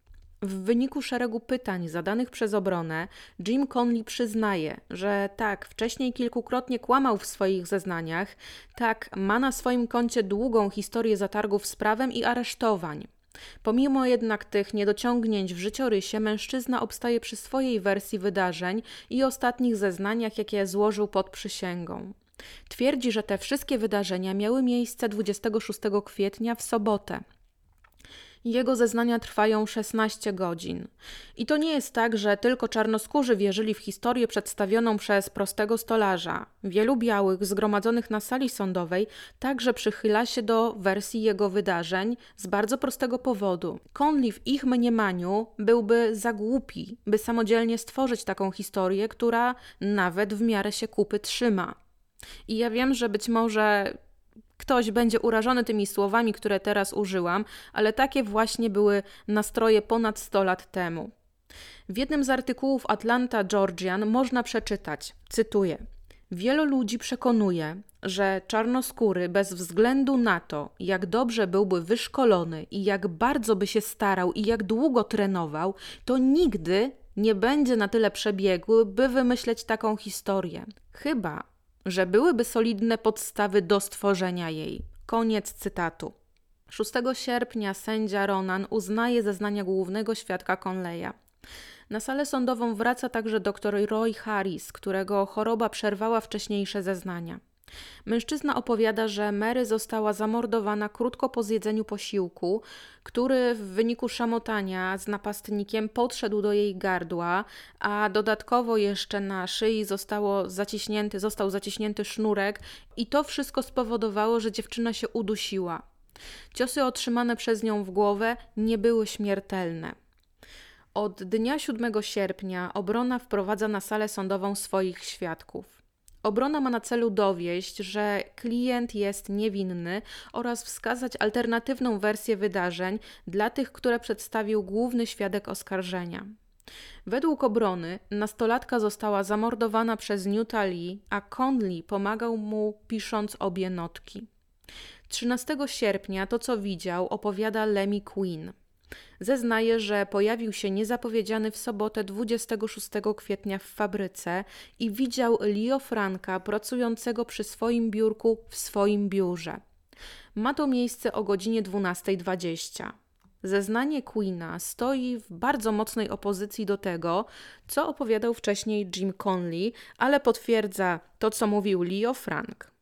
W wyniku szeregu pytań zadanych przez obronę, Jim Conley przyznaje, że tak, wcześniej kilkukrotnie kłamał w swoich zeznaniach, tak, ma na swoim koncie długą historię zatargów z prawem i aresztowań. Pomimo jednak tych niedociągnięć w życiorysie, mężczyzna obstaje przy swojej wersji wydarzeń i ostatnich zeznaniach, jakie złożył pod przysięgą. Twierdzi, że te wszystkie wydarzenia miały miejsce 26 kwietnia w sobotę. Jego zeznania trwają 16 godzin. I to nie jest tak, że tylko czarnoskórzy wierzyli w historię przedstawioną przez prostego stolarza. Wielu białych zgromadzonych na sali sądowej także przychyla się do wersji jego wydarzeń z bardzo prostego powodu. Conley w ich mniemaniu byłby za głupi, by samodzielnie stworzyć taką historię, która nawet w miarę się kupy trzyma. I ja wiem, że być może ktoś będzie urażony tymi słowami, które teraz użyłam, ale takie właśnie były nastroje ponad 100 lat temu. W jednym z artykułów Atlanta Georgian można przeczytać, cytuję: wielu ludzi przekonuje, że czarnoskóry bez względu na to, jak dobrze byłby wyszkolony i jak bardzo by się starał i jak długo trenował, to nigdy nie będzie na tyle przebiegły, by wymyśleć taką historię. Chyba że byłyby solidne podstawy do stworzenia jej. Koniec cytatu. 6 sierpnia sędzia Ronan uznaje zeznania głównego świadka Conleya. Na salę sądową wraca także dr Roy Harris, którego choroba przerwała wcześniejsze zeznania. Mężczyzna opowiada, że Mary została zamordowana krótko po zjedzeniu posiłku, który w wyniku szamotania z napastnikiem podszedł do jej gardła, a dodatkowo jeszcze na szyi został zaciśnięty sznurek i to wszystko spowodowało, że dziewczyna się udusiła. Ciosy otrzymane przez nią w głowę nie były śmiertelne. Od dnia 7 sierpnia obrona wprowadza na salę sądową swoich świadków. Obrona ma na celu dowieść, że klient jest niewinny oraz wskazać alternatywną wersję wydarzeń dla tych, które przedstawił główny świadek oskarżenia. Według obrony nastolatka została zamordowana przez Newta Lee, a Conley pomagał mu pisząc obie notki. 13 sierpnia to, co widział, opowiada Lemmy Quinn. Zeznaje, że pojawił się niezapowiedziany w sobotę 26 kwietnia w fabryce i widział Leo Franka pracującego przy swoim biurku w swoim biurze. Ma to miejsce o godzinie 12:20. Zeznanie Quinna stoi w bardzo mocnej opozycji do tego, co opowiadał wcześniej Jim Conley, ale potwierdza to, co mówił Leo Frank.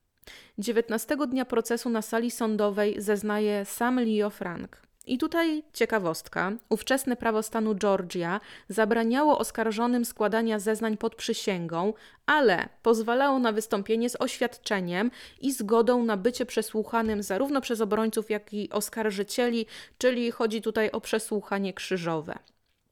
19 dnia procesu na sali sądowej zeznaje sam Leo Frank. I tutaj ciekawostka. Ówczesne prawo stanu Georgia zabraniało oskarżonym składania zeznań pod przysięgą, ale pozwalało na wystąpienie z oświadczeniem i zgodą na bycie przesłuchanym zarówno przez obrońców, jak i oskarżycieli, czyli chodzi tutaj o przesłuchanie krzyżowe.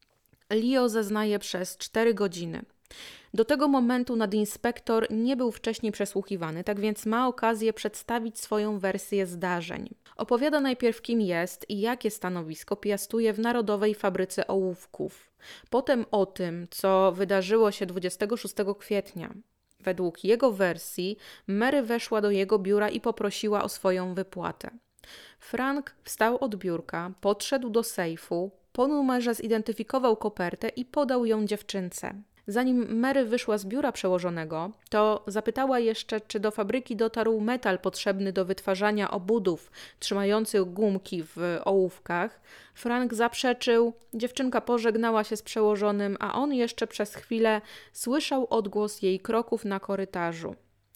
Leo zeznaje przez 4 godziny. Do tego momentu nadinspektor nie był wcześniej przesłuchiwany, tak więc ma okazję przedstawić swoją wersję zdarzeń. Opowiada najpierw, kim jest i jakie stanowisko piastuje w Narodowej Fabryce Ołówków. Potem o tym, co wydarzyło się 26 kwietnia. Według jego wersji Mary weszła do jego biura i poprosiła o swoją wypłatę. Frank wstał od biurka, podszedł do sejfu, po numerze zidentyfikował kopertę i podał ją dziewczynce. Zanim Mary wyszła z biura przełożonego, to zapytała jeszcze, czy do fabryki dotarł metal potrzebny do wytwarzania obudów trzymających gumki w ołówkach. Frank zaprzeczył, dziewczynka pożegnała się z przełożonym, a on jeszcze przez chwilę słyszał odgłos jej kroków na korytarzu.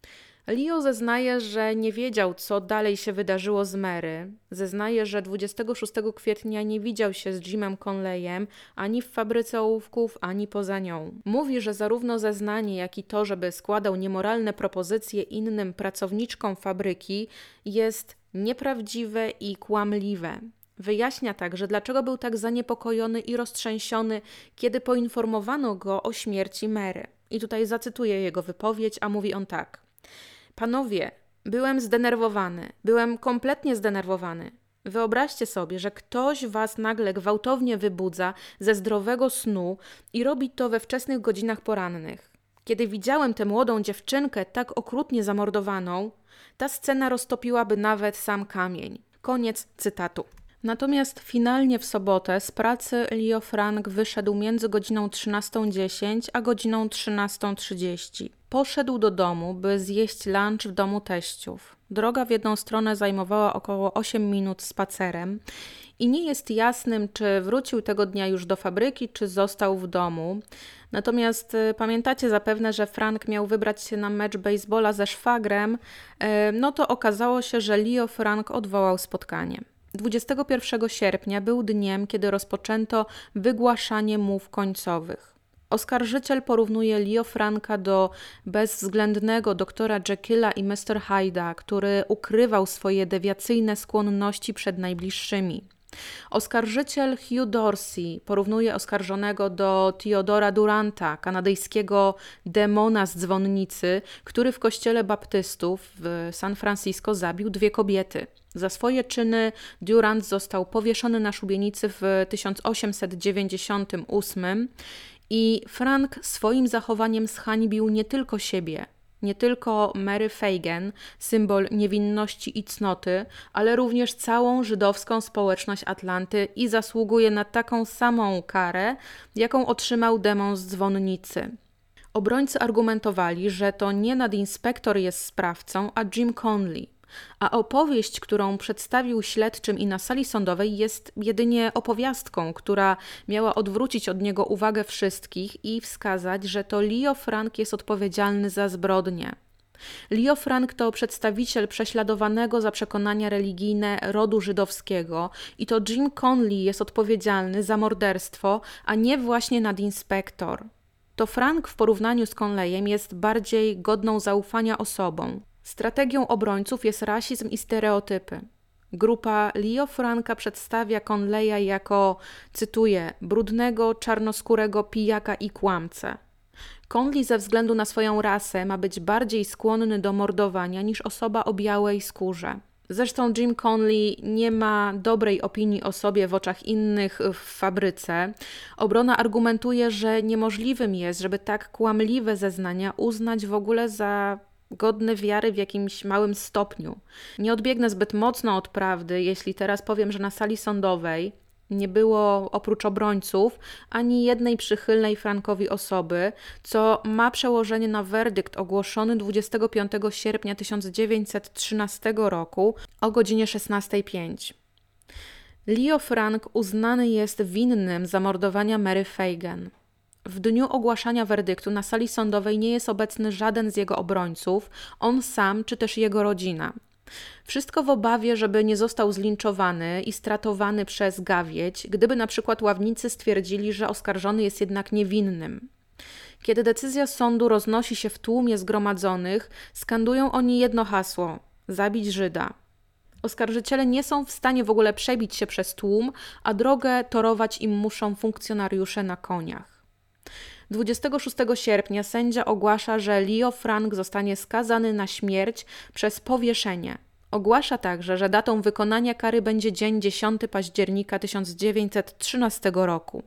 Leo zeznaje, że nie wiedział, co dalej się wydarzyło z Mary. Zeznaje, że 26 kwietnia nie widział się z Jimem Conleyem ani w fabryce ołówków, ani poza nią. Mówi, że zarówno zeznanie, jak i to, żeby składał niemoralne propozycje innym pracowniczkom fabryki, jest nieprawdziwe i kłamliwe. Wyjaśnia także, dlaczego był tak zaniepokojony i roztrzęsiony, kiedy poinformowano go o śmierci Mary. I tutaj zacytuję jego wypowiedź, a mówi on tak. Panowie, byłem kompletnie zdenerwowany. Wyobraźcie sobie, że ktoś was nagle gwałtownie wybudza ze zdrowego snu i robi to we wczesnych godzinach porannych. Kiedy widziałem tę młodą dziewczynkę tak okrutnie zamordowaną, ta scena roztopiłaby nawet sam kamień. Koniec cytatu. Natomiast finalnie w sobotę z pracy Leo Frank wyszedł między godziną 13:10 a godziną 13:30. Poszedł do domu, by zjeść lunch w domu teściów. Droga w jedną stronę zajmowała około 8 minut spacerem i nie jest jasnym, czy wrócił tego dnia już do fabryki, czy został w domu. Natomiast pamiętacie zapewne, że Frank miał wybrać się na mecz baseballa ze szwagrem, no to okazało się, że Leo Frank odwołał spotkanie. 21 sierpnia był dniem, kiedy rozpoczęto wygłaszanie mów końcowych. Oskarżyciel porównuje Leo Franka do bezwzględnego doktora Jekylla i Mr. Hyde'a, który ukrywał swoje dewiacyjne skłonności przed najbliższymi. Oskarżyciel Hugh Dorsey porównuje oskarżonego do Theodora Duranta, kanadyjskiego demona z dzwonnicy, który w kościele baptystów w San Francisco zabił 2 kobiety. Za swoje czyny Durant został powieszony na szubienicy w 1898 i Frank swoim zachowaniem zhańbił nie tylko siebie, nie tylko Mary Fagan, symbol niewinności i cnoty, ale również całą żydowską społeczność Atlanty i zasługuje na taką samą karę, jaką otrzymał demon z dzwonnicy. Obrońcy argumentowali, że to nie nadinspektor jest sprawcą, a Jim Conley. A opowieść, którą przedstawił śledczym i na sali sądowej, jest jedynie opowiastką, która miała odwrócić od niego uwagę wszystkich i wskazać, że to Leo Frank jest odpowiedzialny za zbrodnię. Leo Frank to przedstawiciel prześladowanego za przekonania religijne rodu żydowskiego i to Jim Conley jest odpowiedzialny za morderstwo, a nie właśnie nadinspektor. To Frank w porównaniu z Conleyem jest bardziej godną zaufania osobą. Strategią obrońców jest rasizm i stereotypy. Grupa Leo Franka przedstawia Conleya jako, cytuję, brudnego, czarnoskórego pijaka i kłamcę. Conley ze względu na swoją rasę ma być bardziej skłonny do mordowania niż osoba o białej skórze. Zresztą Jim Conley nie ma dobrej opinii o sobie w oczach innych w fabryce. Obrona argumentuje, że niemożliwym jest, żeby tak kłamliwe zeznania uznać w ogóle za godne wiary w jakimś małym stopniu. Nie odbiegnę zbyt mocno od prawdy, jeśli teraz powiem, że na sali sądowej nie było oprócz obrońców ani jednej przychylnej Frankowi osoby, co ma przełożenie na werdykt ogłoszony 25 sierpnia 1913 roku o godzinie 16:05. Leo Frank uznany jest winnym zamordowania Mary Fagan. W dniu ogłaszania werdyktu na sali sądowej nie jest obecny żaden z jego obrońców, on sam czy też jego rodzina. Wszystko w obawie, żeby nie został zlinczowany i stratowany przez gawieć, gdyby na przykład ławnicy stwierdzili, że oskarżony jest jednak niewinnym. Kiedy decyzja sądu roznosi się w tłumie zgromadzonych, skandują oni jedno hasło – zabić Żyda. Oskarżyciele nie są w stanie w ogóle przebić się przez tłum, a drogę torować im muszą funkcjonariusze na koniach. 26 sierpnia sędzia ogłasza, że Leo Frank zostanie skazany na śmierć przez powieszenie. Ogłasza także, że datą wykonania kary będzie dzień 10 października 1913 roku.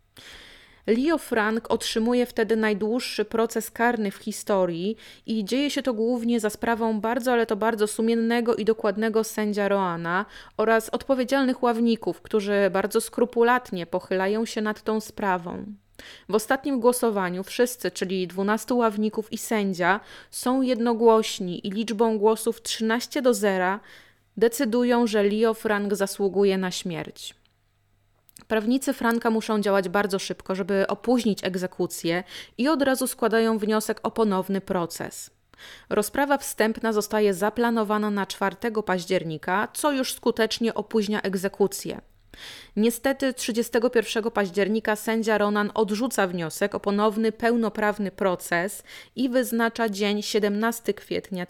Leo Frank otrzymuje wtedy najdłuższy proces karny w historii i dzieje się to głównie za sprawą bardzo, ale to bardzo sumiennego i dokładnego sędzia Roana oraz odpowiedzialnych ławników, którzy bardzo skrupulatnie pochylają się nad tą sprawą. W ostatnim głosowaniu wszyscy, czyli 12 ławników i sędzia, są jednogłośni i liczbą głosów 13-0 decydują, że Leo Frank zasługuje na śmierć. Prawnicy Franka muszą działać bardzo szybko, żeby opóźnić egzekucję i od razu składają wniosek o ponowny proces. Rozprawa wstępna zostaje zaplanowana na 4 października, co już skutecznie opóźnia egzekucję. Niestety 31 października sędzia Ronan odrzuca wniosek o ponowny, pełnoprawny proces i wyznacza dzień 17 kwietnia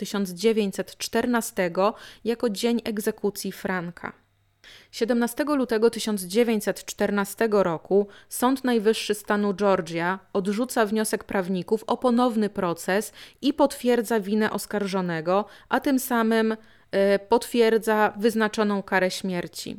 1914 jako dzień egzekucji Franka. 17 lutego 1914 roku Sąd Najwyższy stanu Georgia odrzuca wniosek prawników o ponowny proces i potwierdza winę oskarżonego, a tym samym potwierdza wyznaczoną karę śmierci.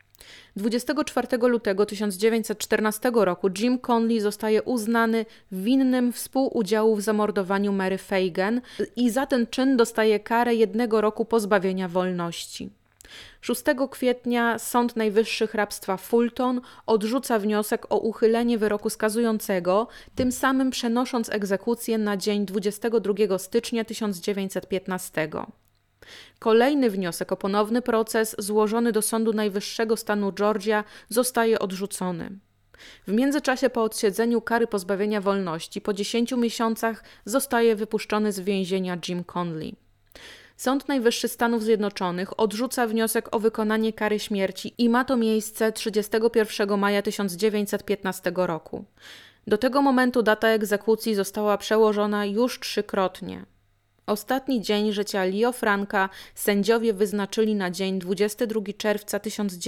24 lutego 1914 roku Jim Conley zostaje uznany winnym współudziału w zamordowaniu Mary Fagan i za ten czyn dostaje karę 1 roku pozbawienia wolności. 6 kwietnia Sąd Najwyższy hrabstwa Fulton odrzuca wniosek o uchylenie wyroku skazującego, tym samym przenosząc egzekucję na dzień 22 stycznia 1915. Kolejny wniosek o ponowny proces złożony do Sądu Najwyższego stanu Georgia zostaje odrzucony. W międzyczasie po odsiedzeniu kary pozbawienia wolności po 10 miesiącach zostaje wypuszczony z więzienia Jim Conley. Sąd Najwyższy Stanów Zjednoczonych odrzuca wniosek o wykonanie kary śmierci i ma to miejsce 31 maja 1915 roku. Do tego momentu data egzekucji została przełożona już 3-krotnie. Ostatni dzień życia Leo Franka sędziowie wyznaczyli na dzień 22 czerwca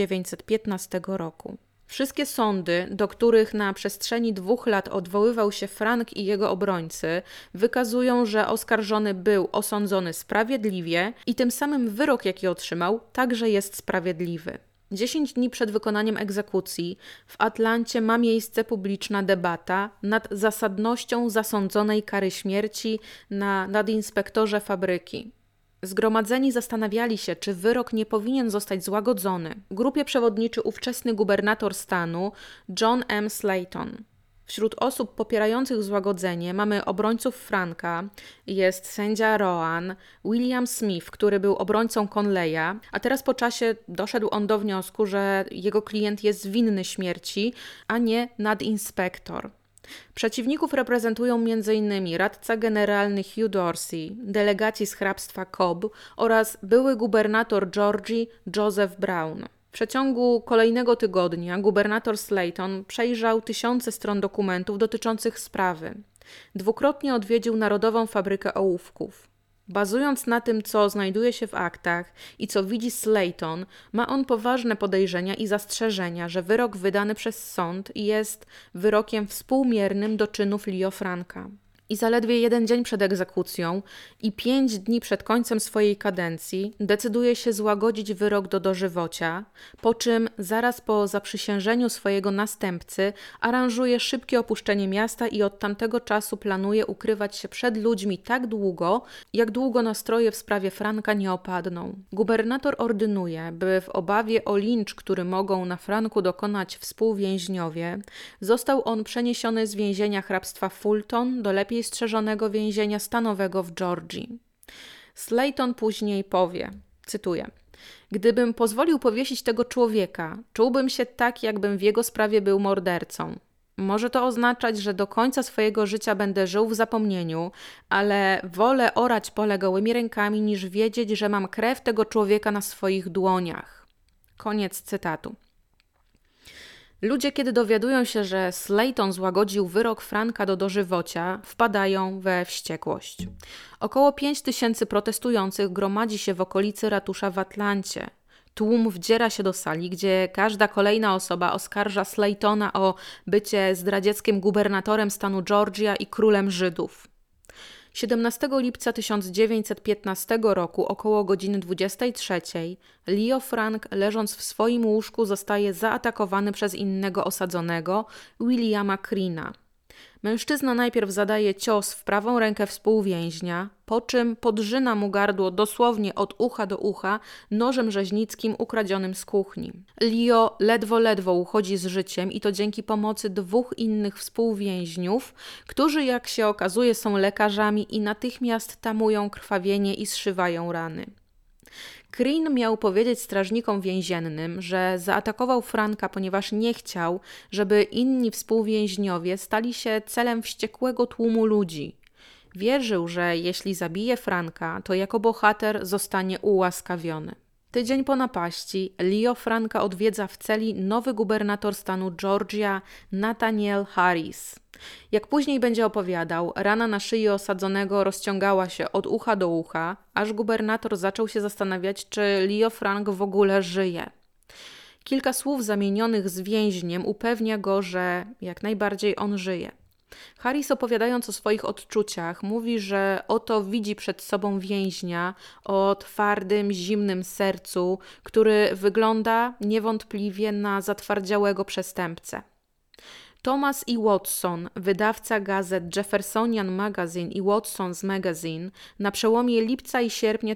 1915 roku. Wszystkie sądy, do których na przestrzeni 2 lat odwoływał się Frank i jego obrońcy, wykazują, że oskarżony był osądzony sprawiedliwie i tym samym wyrok, jaki otrzymał, także jest sprawiedliwy. 10 dni przed wykonaniem egzekucji w Atlancie ma miejsce publiczna debata nad zasadnością zasądzonej kary śmierci na nadinspektorze fabryki. Zgromadzeni zastanawiali się, czy wyrok nie powinien zostać złagodzony. Grupie przewodniczy ówczesny gubernator stanu John M. Slayton. Wśród osób popierających złagodzenie mamy obrońców Franka, jest sędzia Rowan, William Smith, który był obrońcą Conleya, a teraz po czasie doszedł on do wniosku, że jego klient jest winny śmierci, a nie nadinspektor. Przeciwników reprezentują m.in. radca generalny Hugh Dorsey, delegaci z hrabstwa Cobb oraz były gubernator Georgii Joseph Brown. W przeciągu kolejnego tygodnia gubernator Slayton przejrzał tysiące stron dokumentów dotyczących sprawy. 2-krotnie odwiedził Narodową Fabrykę Ołówków. Bazując na tym, co znajduje się w aktach i co widzi Slayton, ma on poważne podejrzenia i zastrzeżenia, że wyrok wydany przez sąd jest wyrokiem współmiernym do czynów Leo Franka. I zaledwie 1 dzień przed egzekucją i 5 dni przed końcem swojej kadencji decyduje się złagodzić wyrok do dożywocia, po czym zaraz po zaprzysiężeniu swojego następcy aranżuje szybkie opuszczenie miasta i od tamtego czasu planuje ukrywać się przed ludźmi tak długo, jak długo nastroje w sprawie Franka nie opadną. Gubernator ordynuje, by w obawie o lincz, który mogą na Franku dokonać współwięźniowie, został on przeniesiony z więzienia hrabstwa Fulton do lepiej strzeżonego więzienia stanowego w Georgii. Slayton później powie, cytuję: „Gdybym pozwolił powiesić tego człowieka, czułbym się tak, jakbym w jego sprawie był mordercą. Może to oznaczać, że do końca swojego życia będę żył w zapomnieniu, ale wolę orać pole gołymi rękami, niż wiedzieć, że mam krew tego człowieka na swoich dłoniach”. Koniec cytatu. Ludzie, kiedy dowiadują się, że Slayton złagodził wyrok Franka do dożywocia, wpadają we wściekłość. Około 5000 protestujących gromadzi się w okolicy ratusza w Atlancie. Tłum wdziera się do sali, gdzie każda kolejna osoba oskarża Slaytona o bycie zdradzieckim gubernatorem stanu Georgia i królem Żydów. 17 lipca 1915 roku około godziny 23 Leo Frank, leżąc w swoim łóżku, zostaje zaatakowany przez innego osadzonego, Williama Creena. Mężczyzna najpierw zadaje cios w prawą rękę współwięźnia, po czym podrzyna mu gardło dosłownie od ucha do ucha nożem rzeźnickim ukradzionym z kuchni. Leo ledwo uchodzi z życiem i to dzięki pomocy 2 innych współwięźniów, którzy, jak się okazuje, są lekarzami i natychmiast tamują krwawienie i zszywają rany. Creen miał powiedzieć strażnikom więziennym, że zaatakował Franka, ponieważ nie chciał, żeby inni współwięźniowie stali się celem wściekłego tłumu ludzi. Wierzył, że jeśli zabije Franka, to jako bohater zostanie ułaskawiony. Tydzień po napaści Leo Franka odwiedza w celi nowy gubernator stanu Georgia, Nathaniel Harris. Jak później będzie opowiadał, rana na szyi osadzonego rozciągała się od ucha do ucha, aż gubernator zaczął się zastanawiać, czy Leo Frank w ogóle żyje. Kilka słów zamienionych z więźniem upewnia go, że jak najbardziej on żyje. Harris, opowiadając o swoich odczuciach, mówi, że oto widzi przed sobą więźnia o twardym, zimnym sercu, który wygląda niewątpliwie na zatwardziałego przestępcę. Thomas E. Watson, wydawca gazet Jeffersonian Magazine i Watson's Magazine, na przełomie lipca i sierpnia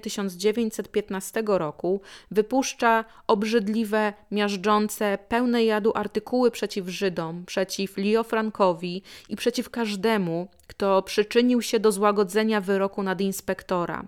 1915 roku wypuszcza obrzydliwe, miażdżące, pełne jadu artykuły przeciw Żydom, przeciw Leo Frankowi i przeciw każdemu, kto przyczynił się do złagodzenia wyroku nadinspektora.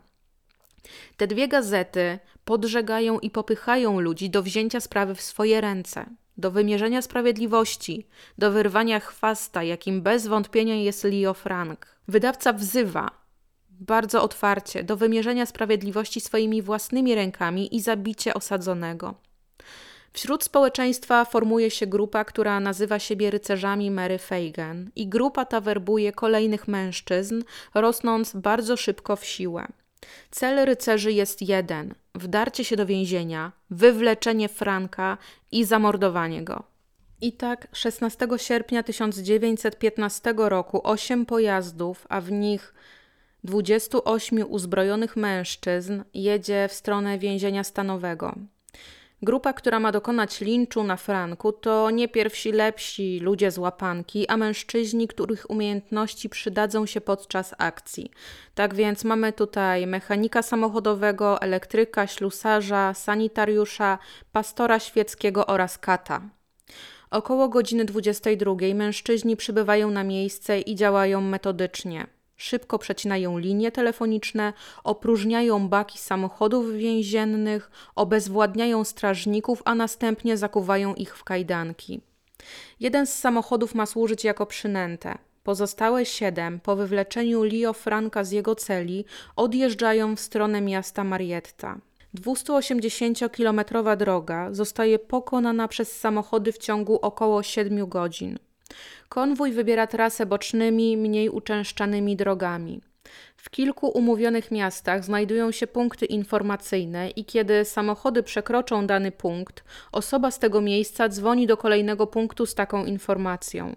Te 2 gazety podżegają i popychają ludzi do wzięcia sprawy w swoje ręce, do wymierzenia sprawiedliwości, do wyrwania chwasta, jakim bez wątpienia jest Leo Frank. Wydawca wzywa: bardzo otwarcie, do wymierzenia sprawiedliwości swoimi własnymi rękami i zabicie osadzonego. Wśród społeczeństwa formuje się grupa, która nazywa siebie rycerzami Mary Fagan i grupa ta werbuje kolejnych mężczyzn, rosnąc bardzo szybko w siłę. Cel rycerzy jest jeden – wdarcie się do więzienia, wywleczenie Franka i zamordowanie go. I tak 16 sierpnia 1915 roku 8 pojazdów, a w nich 28 uzbrojonych mężczyzn jedzie w stronę więzienia stanowego. Grupa, która ma dokonać linczu na Franku, to nie pierwsi lepsi ludzie z łapanki, a mężczyźni, których umiejętności przydadzą się podczas akcji. Tak więc mamy tutaj mechanika samochodowego, elektryka, ślusarza, sanitariusza, pastora świeckiego oraz kata. Około godziny 22 mężczyźni przybywają na miejsce i działają metodycznie. Szybko przecinają linie telefoniczne, opróżniają baki samochodów więziennych, obezwładniają strażników, a następnie zakuwają ich w kajdanki. Jeden z samochodów ma służyć jako przynętę. Pozostałe 7 po wywleczeniu Leo Franka z jego celi odjeżdżają w stronę miasta Marietta. 280-kilometrowa droga zostaje pokonana przez samochody w ciągu około 7 godzin. Konwój wybiera trasę bocznymi, mniej uczęszczanymi drogami. W kilku umówionych miastach znajdują się punkty informacyjne i kiedy samochody przekroczą dany punkt, osoba z tego miejsca dzwoni do kolejnego punktu z taką informacją.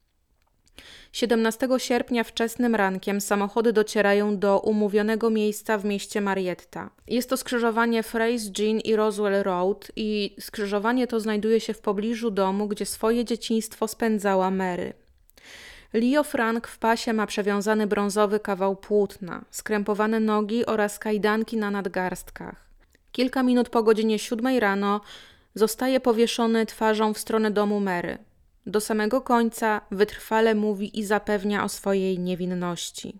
17 sierpnia wczesnym rankiem samochody docierają do umówionego miejsca w mieście Marietta. Jest to skrzyżowanie Fraser Jean i Roswell Road i skrzyżowanie to znajduje się w pobliżu domu, gdzie swoje dzieciństwo spędzała Mary. Leo Frank w pasie ma przewiązany brązowy kawał płótna, skrępowane nogi oraz kajdanki na nadgarstkach. Kilka minut po godzinie 7 rano zostaje powieszony twarzą w stronę domu Mary. Do samego końca wytrwale mówi i zapewnia o swojej niewinności.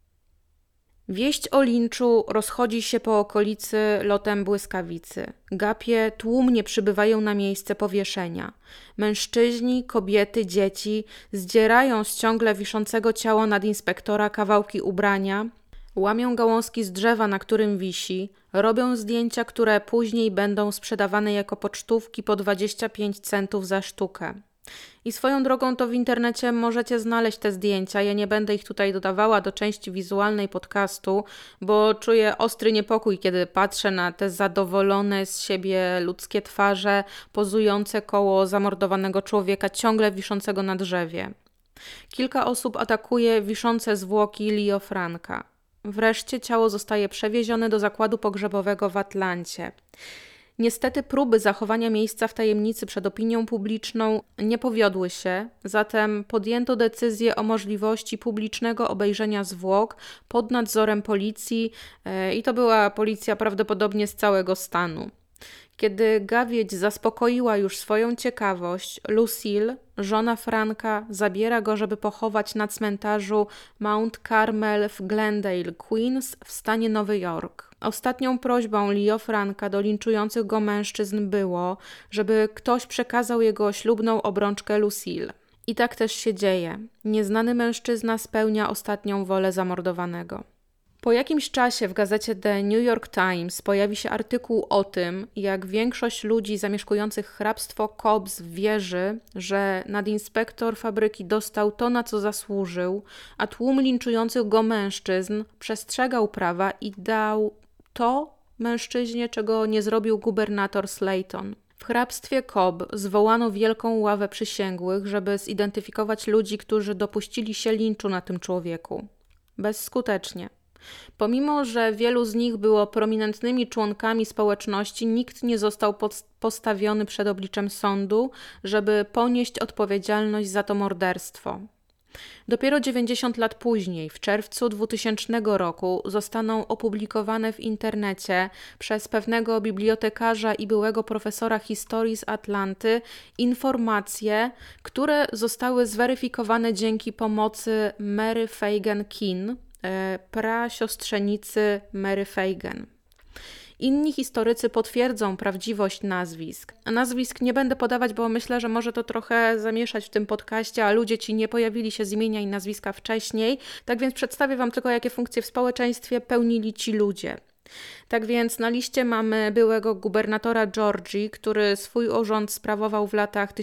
Wieść o linczu rozchodzi się po okolicy lotem błyskawicy. Gapie tłumnie przybywają na miejsce powieszenia. Mężczyźni, kobiety, dzieci zdzierają z ciągle wiszącego ciała nadinspektora kawałki ubrania, łamią gałązki z drzewa, na którym wisi, robią zdjęcia, które później będą sprzedawane jako pocztówki po 25 centów za sztukę. I swoją drogą to w internecie możecie znaleźć te zdjęcia. Ja nie będę ich tutaj dodawała do części wizualnej podcastu, bo czuję ostry niepokój, kiedy patrzę na te zadowolone z siebie ludzkie twarze pozujące koło zamordowanego człowieka ciągle wiszącego na drzewie. Kilka osób atakuje wiszące zwłoki Leo Franka. Wreszcie ciało zostaje przewiezione do zakładu pogrzebowego w Atlancie. Niestety próby zachowania miejsca w tajemnicy przed opinią publiczną nie powiodły się, zatem podjęto decyzję o możliwości publicznego obejrzenia zwłok pod nadzorem policji i to była policja prawdopodobnie z całego stanu. Kiedy gawieć zaspokoiła już swoją ciekawość, Lucille, żona Franka, zabiera go, żeby pochować na cmentarzu Mount Carmel w Glendale, Queens w stanie Nowy Jork. Ostatnią prośbą Leo Franka do linczujących go mężczyzn było, żeby ktoś przekazał jego ślubną obrączkę Lucille. I tak też się dzieje. Nieznany mężczyzna spełnia ostatnią wolę zamordowanego. Po jakimś czasie w gazecie The New York Times pojawi się artykuł o tym, jak większość ludzi zamieszkujących hrabstwo Cobbs wierzy, że nadinspektor fabryki dostał to, na co zasłużył, a tłum linczujących go mężczyzn przestrzegał prawa i dał to mężczyźnie, czego nie zrobił gubernator Slayton. W hrabstwie Cobb zwołano wielką ławę przysięgłych, żeby zidentyfikować ludzi, którzy dopuścili się linczu na tym człowieku. Bezskutecznie. Pomimo że wielu z nich było prominentnymi członkami społeczności, nikt nie został postawiony przed obliczem sądu, żeby ponieść odpowiedzialność za to morderstwo. Dopiero 90 lat później, w czerwcu 2000 roku, zostaną opublikowane w internecie przez pewnego bibliotekarza i byłego profesora historii z Atlanty informacje, które zostały zweryfikowane dzięki pomocy Mary Fagan Keane, prasiostrzenicy Mary Fagan. Inni historycy potwierdzą prawdziwość nazwisk. Nazwisk nie będę podawać, bo myślę, że może to trochę zamieszać w tym podcaście, a ludzie ci nie pojawili się z imienia i nazwiska wcześniej. Tak więc przedstawię wam tylko, jakie funkcje w społeczeństwie pełnili ci ludzie. Tak więc na liście mamy byłego gubernatora Georgii, który swój urząd sprawował w latach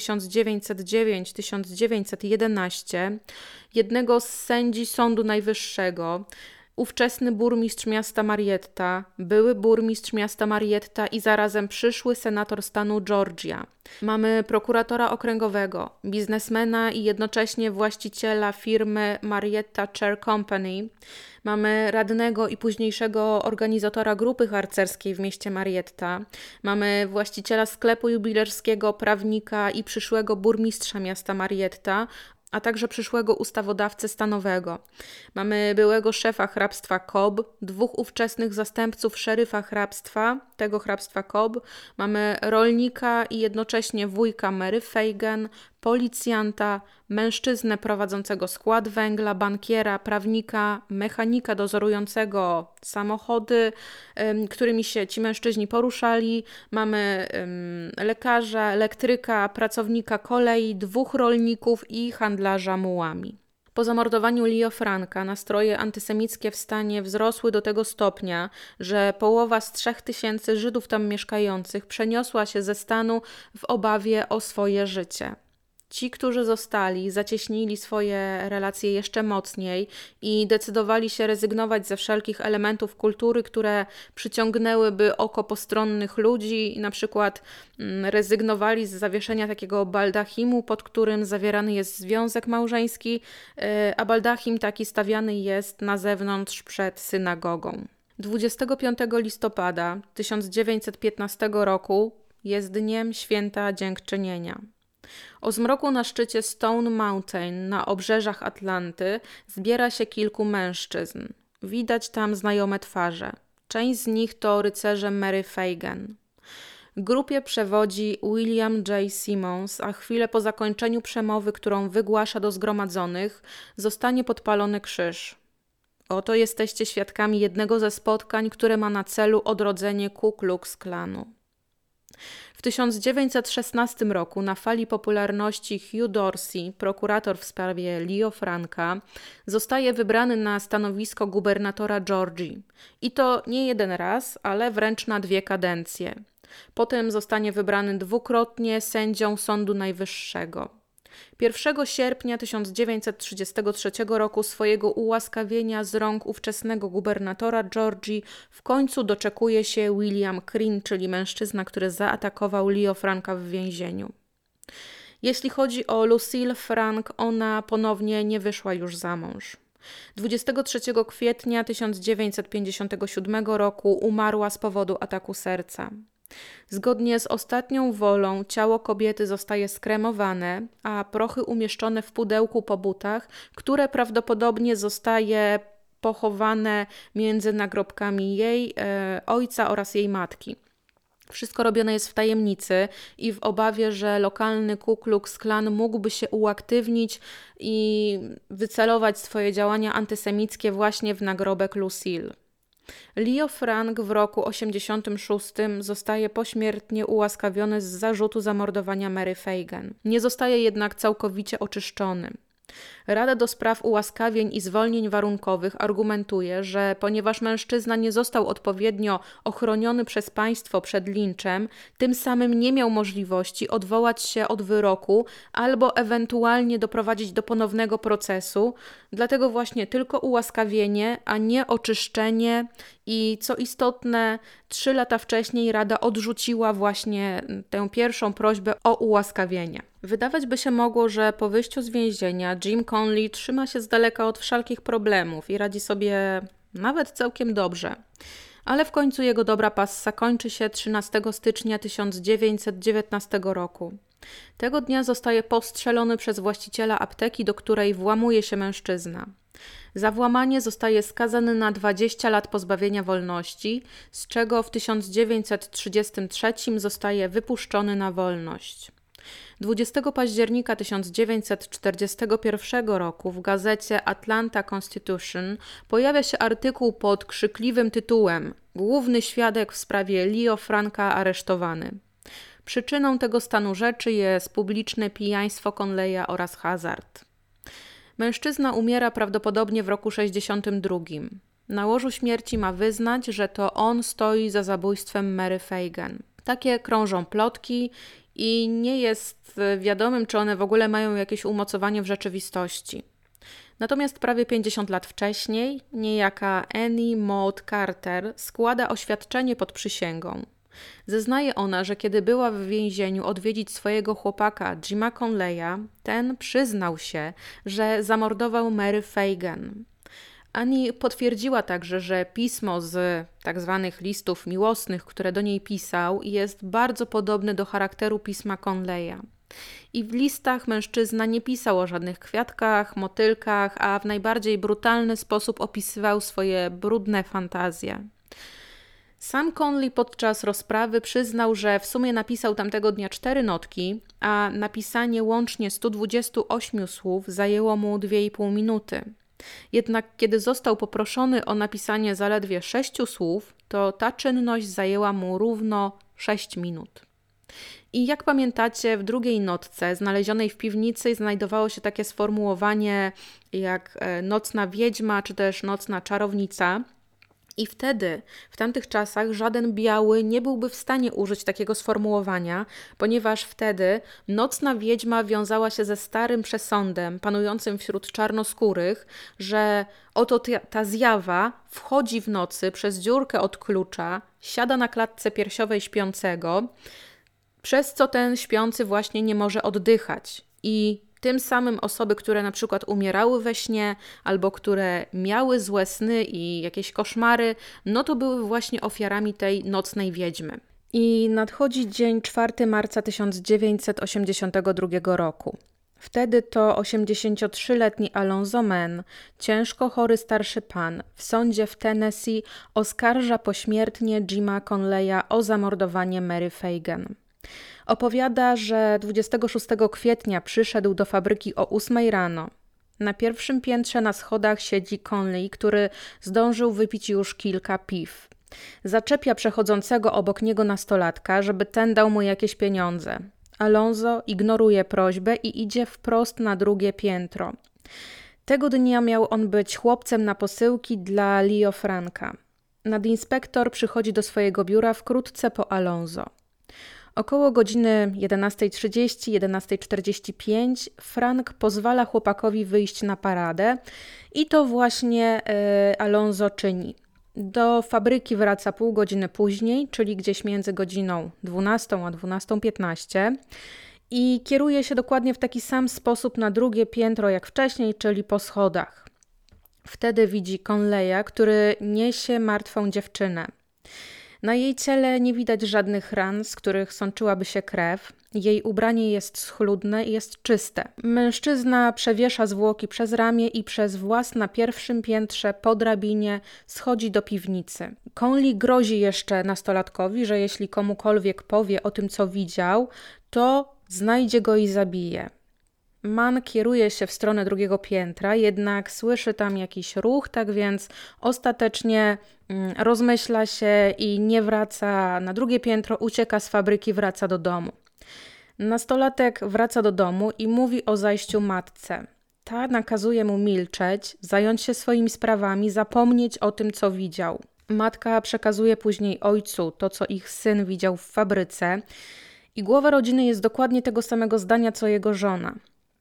1909-1911, jednego z sędzi Sądu Najwyższego, ówczesny burmistrz miasta Marietta, były burmistrz miasta Marietta i zarazem przyszły senator stanu Georgia. Mamy prokuratora okręgowego, biznesmena i jednocześnie właściciela firmy Marietta Chair Company. Mamy radnego i późniejszego organizatora grupy harcerskiej w mieście Marietta. Mamy właściciela sklepu jubilerskiego, prawnika i przyszłego burmistrza miasta Marietta, a także przyszłego ustawodawcę stanowego. Mamy byłego szefa hrabstwa Cobb, dwóch ówczesnych zastępców szeryfa hrabstwa, tego hrabstwa Cobb. Mamy rolnika i jednocześnie wujka Mary Fagan, policjanta, mężczyznę prowadzącego skład węgla, bankiera, prawnika, mechanika dozorującego samochody, którymi się ci mężczyźni poruszali. Mamy lekarza, elektryka, pracownika kolei, dwóch rolników i handlarza mułami. Po zamordowaniu Leo Franka nastroje antysemickie w stanie wzrosły do tego stopnia, że połowa z 3000 Żydów tam mieszkających przeniosła się ze stanu w obawie o swoje życie. Ci, którzy zostali, zacieśnili swoje relacje jeszcze mocniej i decydowali się rezygnować ze wszelkich elementów kultury, które przyciągnęłyby oko postronnych ludzi, na przykład rezygnowali z zawieszenia takiego baldachimu, pod którym zawierany jest związek małżeński, a baldachim taki stawiany jest na zewnątrz przed synagogą. 25 listopada 1915 roku jest dniem święta dziękczynienia. O zmroku na szczycie Stone Mountain na obrzeżach Atlanty zbiera się kilku mężczyzn. Widać tam znajome twarze. Część z nich to rycerze Mary Fagan. Grupie przewodzi William J. Simmons, a chwilę po zakończeniu przemowy, którą wygłasza do zgromadzonych, zostanie podpalony krzyż. Oto jesteście świadkami jednego ze spotkań, które ma na celu odrodzenie Ku Klux Klanu. W 1916 roku na fali popularności Hugh Dorsey, prokurator w sprawie Leo Franka, zostaje wybrany na stanowisko gubernatora Georgii. I to nie jeden raz, ale wręcz na 2 kadencje. Potem zostanie wybrany dwukrotnie sędzią Sądu Najwyższego. 1 sierpnia 1933 roku swojego ułaskawienia z rąk ówczesnego gubernatora Georgii w końcu doczekuje się William Crean, czyli mężczyzna, który zaatakował Leo Franka w więzieniu. Jeśli chodzi o Lucille Frank, ona ponownie nie wyszła już za mąż. 23 kwietnia 1957 roku umarła z powodu ataku serca. Zgodnie z ostatnią wolą ciało kobiety zostaje skremowane, a prochy umieszczone w pudełku po butach, które prawdopodobnie zostaje pochowane między nagrobkami jej ojca oraz jej matki. Wszystko robione jest w tajemnicy i w obawie, że lokalny Ku Klux Klan mógłby się uaktywnić i wycelować swoje działania antysemickie właśnie w nagrobek Lucille. Leo Frank w roku 1986 zostaje pośmiertnie ułaskawiony z zarzutu zamordowania Mary Fagan. Nie zostaje jednak całkowicie oczyszczony. Rada do spraw ułaskawień i zwolnień warunkowych argumentuje, że ponieważ mężczyzna nie został odpowiednio ochroniony przez państwo przed linczem, tym samym nie miał możliwości odwołać się od wyroku albo ewentualnie doprowadzić do ponownego procesu, dlatego właśnie tylko ułaskawienie, a nie oczyszczenie i co istotne, 3 lata wcześniej Rada odrzuciła właśnie tę pierwszą prośbę o ułaskawienie. Wydawać by się mogło, że po wyjściu z więzienia Jim Conley trzyma się z daleka od wszelkich problemów i radzi sobie nawet całkiem dobrze. Ale w końcu jego dobra passa kończy się 13 stycznia 1919 roku. Tego dnia zostaje postrzelony przez właściciela apteki, do której włamuje się mężczyzna. Za włamanie zostaje skazany na 20 lat pozbawienia wolności, z czego w 1933 zostaje wypuszczony na wolność. 20 października 1941 roku w gazecie Atlanta Constitution pojawia się artykuł pod krzykliwym tytułem „Główny świadek w sprawie Leo Franka aresztowany”. Przyczyną tego stanu rzeczy jest publiczne pijaństwo Conleya oraz hazard. Mężczyzna umiera prawdopodobnie w roku 62. Na łożu śmierci ma wyznać, że to on stoi za zabójstwem Mary Fagan. Takie krążą plotki i nie jest wiadomym, czy one w ogóle mają jakieś umocowanie w rzeczywistości. Natomiast prawie 50 lat wcześniej niejaka Annie Maud Carter składa oświadczenie pod przysięgą. Zeznaje ona, że kiedy była w więzieniu odwiedzić swojego chłopaka Jima Conleya, ten przyznał się, że zamordował Mary Fagan. Annie potwierdziła także, że pismo z tzw. listów miłosnych, które do niej pisał, jest bardzo podobne do charakteru pisma Conleya. I w listach mężczyzna nie pisał o żadnych kwiatkach, motylkach, a w najbardziej brutalny sposób opisywał swoje brudne fantazje. Sam Conley podczas rozprawy przyznał, że w sumie napisał tamtego dnia 4 notki, a napisanie łącznie 128 słów zajęło mu 2,5 minuty. Jednak kiedy został poproszony o napisanie zaledwie 6 słów, to ta czynność zajęła mu równo 6 minut. I jak pamiętacie, w drugiej notce znalezionej w piwnicy znajdowało się takie sformułowanie jak nocna wiedźma czy też nocna czarownica. I wtedy, w tamtych czasach, żaden biały nie byłby w stanie użyć takiego sformułowania, ponieważ wtedy nocna wiedźma wiązała się ze starym przesądem panującym wśród czarnoskórych, że oto ta zjawa wchodzi w nocy przez dziurkę od klucza, siada na klatce piersiowej śpiącego, przez co ten śpiący właśnie nie może oddychać. I tym samym osoby, które na przykład umierały we śnie albo które miały złe sny i jakieś koszmary, no to były właśnie ofiarami tej nocnej wiedźmy. I nadchodzi dzień 4 marca 1982 roku. Wtedy to 83-letni Alonzo Mann, ciężko chory starszy pan, w sądzie w Tennessee oskarża pośmiertnie Jima Conleya o zamordowanie Mary Fagan. Opowiada, że 26 kwietnia przyszedł do fabryki o 8 rano. Na pierwszym piętrze na schodach siedzi Conley, który zdążył wypić już kilka piw. Zaczepia przechodzącego obok niego nastolatka, żeby ten dał mu jakieś pieniądze. Alonzo ignoruje prośbę i idzie wprost na drugie piętro. Tego dnia miał on być chłopcem na posyłki dla Leo Franka. Nadinspektor przychodzi do swojego biura wkrótce po Alonzo. Około godziny 11:30, 11:45 Frank pozwala chłopakowi wyjść na paradę i to właśnie Alonzo czyni. Do fabryki wraca pół godziny później, czyli gdzieś między godziną 12 a 12:15 i kieruje się dokładnie w taki sam sposób na drugie piętro jak wcześniej, czyli po schodach. Wtedy widzi Conleya, który niesie martwą dziewczynę. Na jej ciele nie widać żadnych ran, z których sączyłaby się krew. Jej ubranie jest schludne i jest czyste. Mężczyzna przewiesza zwłoki przez ramię i przez włas na pierwszym piętrze po drabinie schodzi do piwnicy. Conley grozi jeszcze nastolatkowi, że jeśli komukolwiek powie o tym, co widział, to znajdzie go i zabije. Mann kieruje się w stronę drugiego piętra, jednak słyszy tam jakiś ruch, tak więc ostatecznie rozmyśla się i nie wraca na drugie piętro, ucieka z fabryki, wraca do domu. Nastolatek wraca do domu i mówi o zajściu matce. Ta nakazuje mu milczeć, zająć się swoimi sprawami, zapomnieć o tym, co widział. Matka przekazuje później ojcu to, co ich syn widział w fabryce i głowa rodziny jest dokładnie tego samego zdania, co jego żona.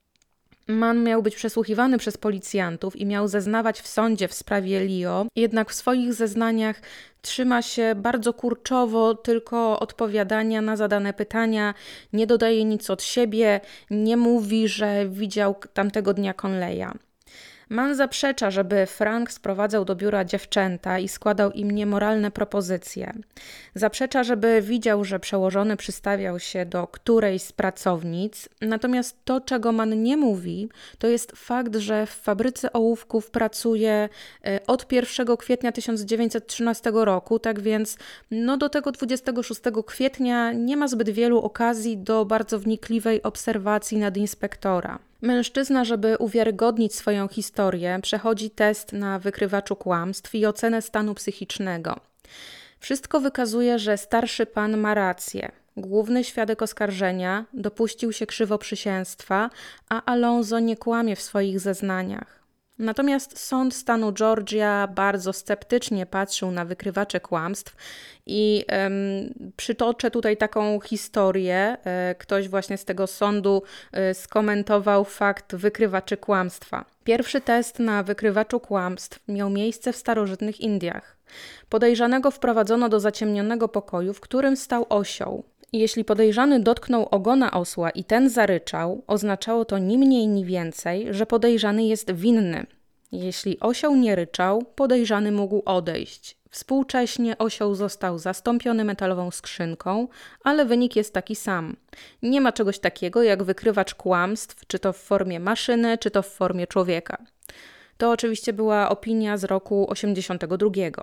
Mann miał być przesłuchiwany przez policjantów i miał zeznawać w sądzie w sprawie Leo, jednak w swoich zeznaniach trzyma się bardzo kurczowo tylko odpowiadania na zadane pytania, nie dodaje nic od siebie, nie mówi, że widział tamtego dnia Conleya. Mann zaprzecza, żeby Frank sprowadzał do biura dziewczęta i składał im niemoralne propozycje. Zaprzecza, żeby widział, że przełożony przystawiał się do którejś z pracownic. Natomiast to, czego Mann nie mówi, to jest fakt, że w fabryce ołówków pracuje od 1 kwietnia 1913 roku, tak więc do tego 26 kwietnia nie ma zbyt wielu okazji do bardzo wnikliwej obserwacji nadinspektora. Mężczyzna, żeby uwiarygodnić swoją historię, przechodzi test na wykrywaczu kłamstw i ocenę stanu psychicznego. Wszystko wykazuje, że starszy pan ma rację. Główny świadek oskarżenia dopuścił się krzywoprzysięstwa, a Alonso nie kłamie w swoich zeznaniach. Natomiast sąd stanu Georgia bardzo sceptycznie patrzył na wykrywacze kłamstw i przytoczę tutaj taką historię. Ktoś właśnie z tego sądu skomentował fakt wykrywaczy kłamstwa. Pierwszy test na wykrywaczu kłamstw miał miejsce w starożytnych Indiach. Podejrzanego wprowadzono do zaciemnionego pokoju, w którym stał osioł. Jeśli podejrzany dotknął ogona osła i ten zaryczał, oznaczało to ni mniej ni więcej, że podejrzany jest winny. Jeśli osioł nie ryczał, podejrzany mógł odejść. Współcześnie osioł został zastąpiony metalową skrzynką, ale wynik jest taki sam. Nie ma czegoś takiego jak wykrywacz kłamstw, czy to w formie maszyny, czy to w formie człowieka. To oczywiście była opinia z roku 1982.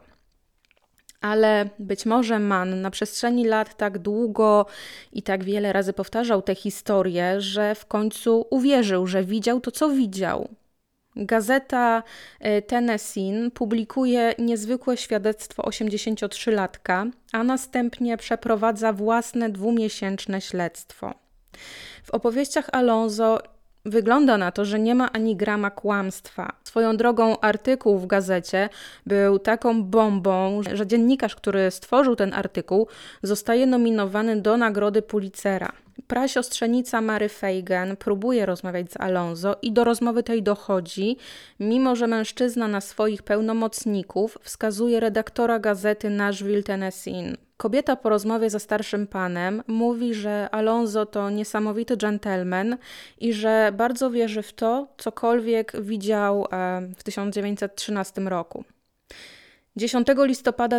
Ale być może Mann na przestrzeni lat tak długo i tak wiele razy powtarzał tę historię, że w końcu uwierzył, że widział to, co widział. Gazeta Tennessee publikuje niezwykłe świadectwo 83-latka, a następnie przeprowadza własne 2-miesięczne śledztwo. W opowieściach Alonso wygląda na to, że nie ma ani grama kłamstwa. Swoją drogą artykuł w gazecie był taką bombą, że dziennikarz, który stworzył ten artykuł, zostaje nominowany do nagrody Pulitzera. Prasiostrzenica Mary Fagan próbuje rozmawiać z Alonso i do rozmowy tej dochodzi, mimo że mężczyzna na swoich pełnomocników wskazuje redaktora gazety Nashville, Tennessee. Kobieta po rozmowie ze starszym panem mówi, że Alonso to niesamowity dżentelmen i że bardzo wierzy w to, cokolwiek widział w 1913 roku. 10 listopada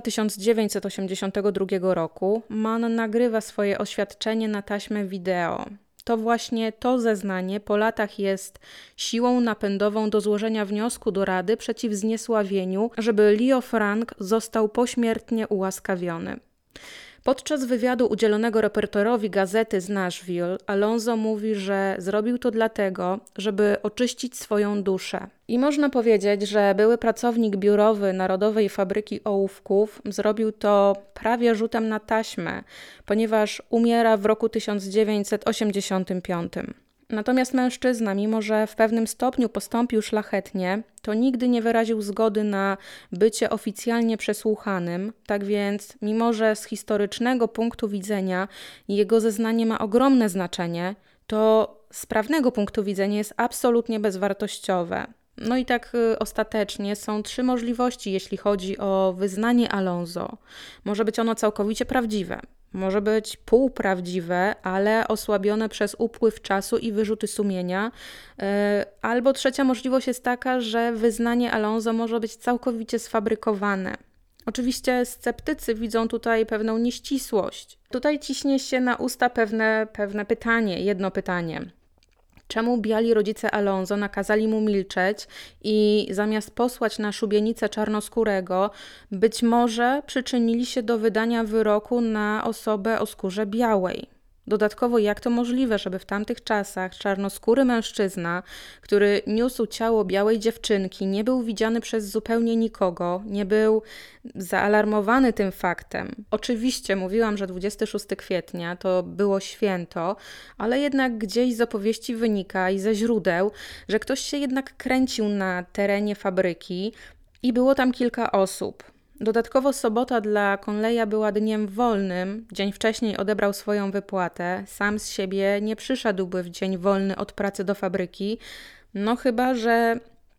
1982 roku Mann nagrywa swoje oświadczenie na taśmę wideo. To właśnie to zeznanie po latach jest siłą napędową do złożenia wniosku do Rady przeciw zniesławieniu, żeby Leo Frank został pośmiertnie ułaskawiony. Podczas wywiadu udzielonego reporterowi gazety z Nashville, Alonso mówi, że zrobił to dlatego, żeby oczyścić swoją duszę. I można powiedzieć, że były pracownik biurowy Narodowej Fabryki Ołówków zrobił to prawie rzutem na taśmę, ponieważ umiera w roku 1985. Natomiast mężczyzna, mimo że w pewnym stopniu postąpił szlachetnie, to nigdy nie wyraził zgody na bycie oficjalnie przesłuchanym, tak więc mimo że z historycznego punktu widzenia jego zeznanie ma ogromne znaczenie, to z prawnego punktu widzenia jest absolutnie bezwartościowe. No i tak ostatecznie są 3 możliwości, jeśli chodzi o wyznanie Alonso. Może być ono całkowicie prawdziwe. Może być półprawdziwe, ale osłabione przez upływ czasu i wyrzuty sumienia. Albo trzecia możliwość jest taka, że wyznanie Alonso może być całkowicie sfabrykowane. Oczywiście sceptycy widzą tutaj pewną nieścisłość. Tutaj ciśnie się na usta pewne pytanie, jedno pytanie. Czemu biali rodzice Alonso nakazali mu milczeć i zamiast posłać na szubienicę czarnoskórego, być może przyczynili się do wydania wyroku na osobę o skórze białej? Dodatkowo, jak to możliwe, żeby w tamtych czasach czarnoskóry mężczyzna, który niósł ciało białej dziewczynki, nie był widziany przez zupełnie nikogo, nie był zaalarmowany tym faktem? Oczywiście mówiłam, że 26 kwietnia to było święto, ale jednak gdzieś z opowieści wynika i ze źródeł, że ktoś się jednak kręcił na terenie fabryki i było tam kilka osób. Dodatkowo sobota dla Conleya była dniem wolnym, dzień wcześniej odebrał swoją wypłatę, sam z siebie nie przyszedłby w dzień wolny od pracy do fabryki, no chyba że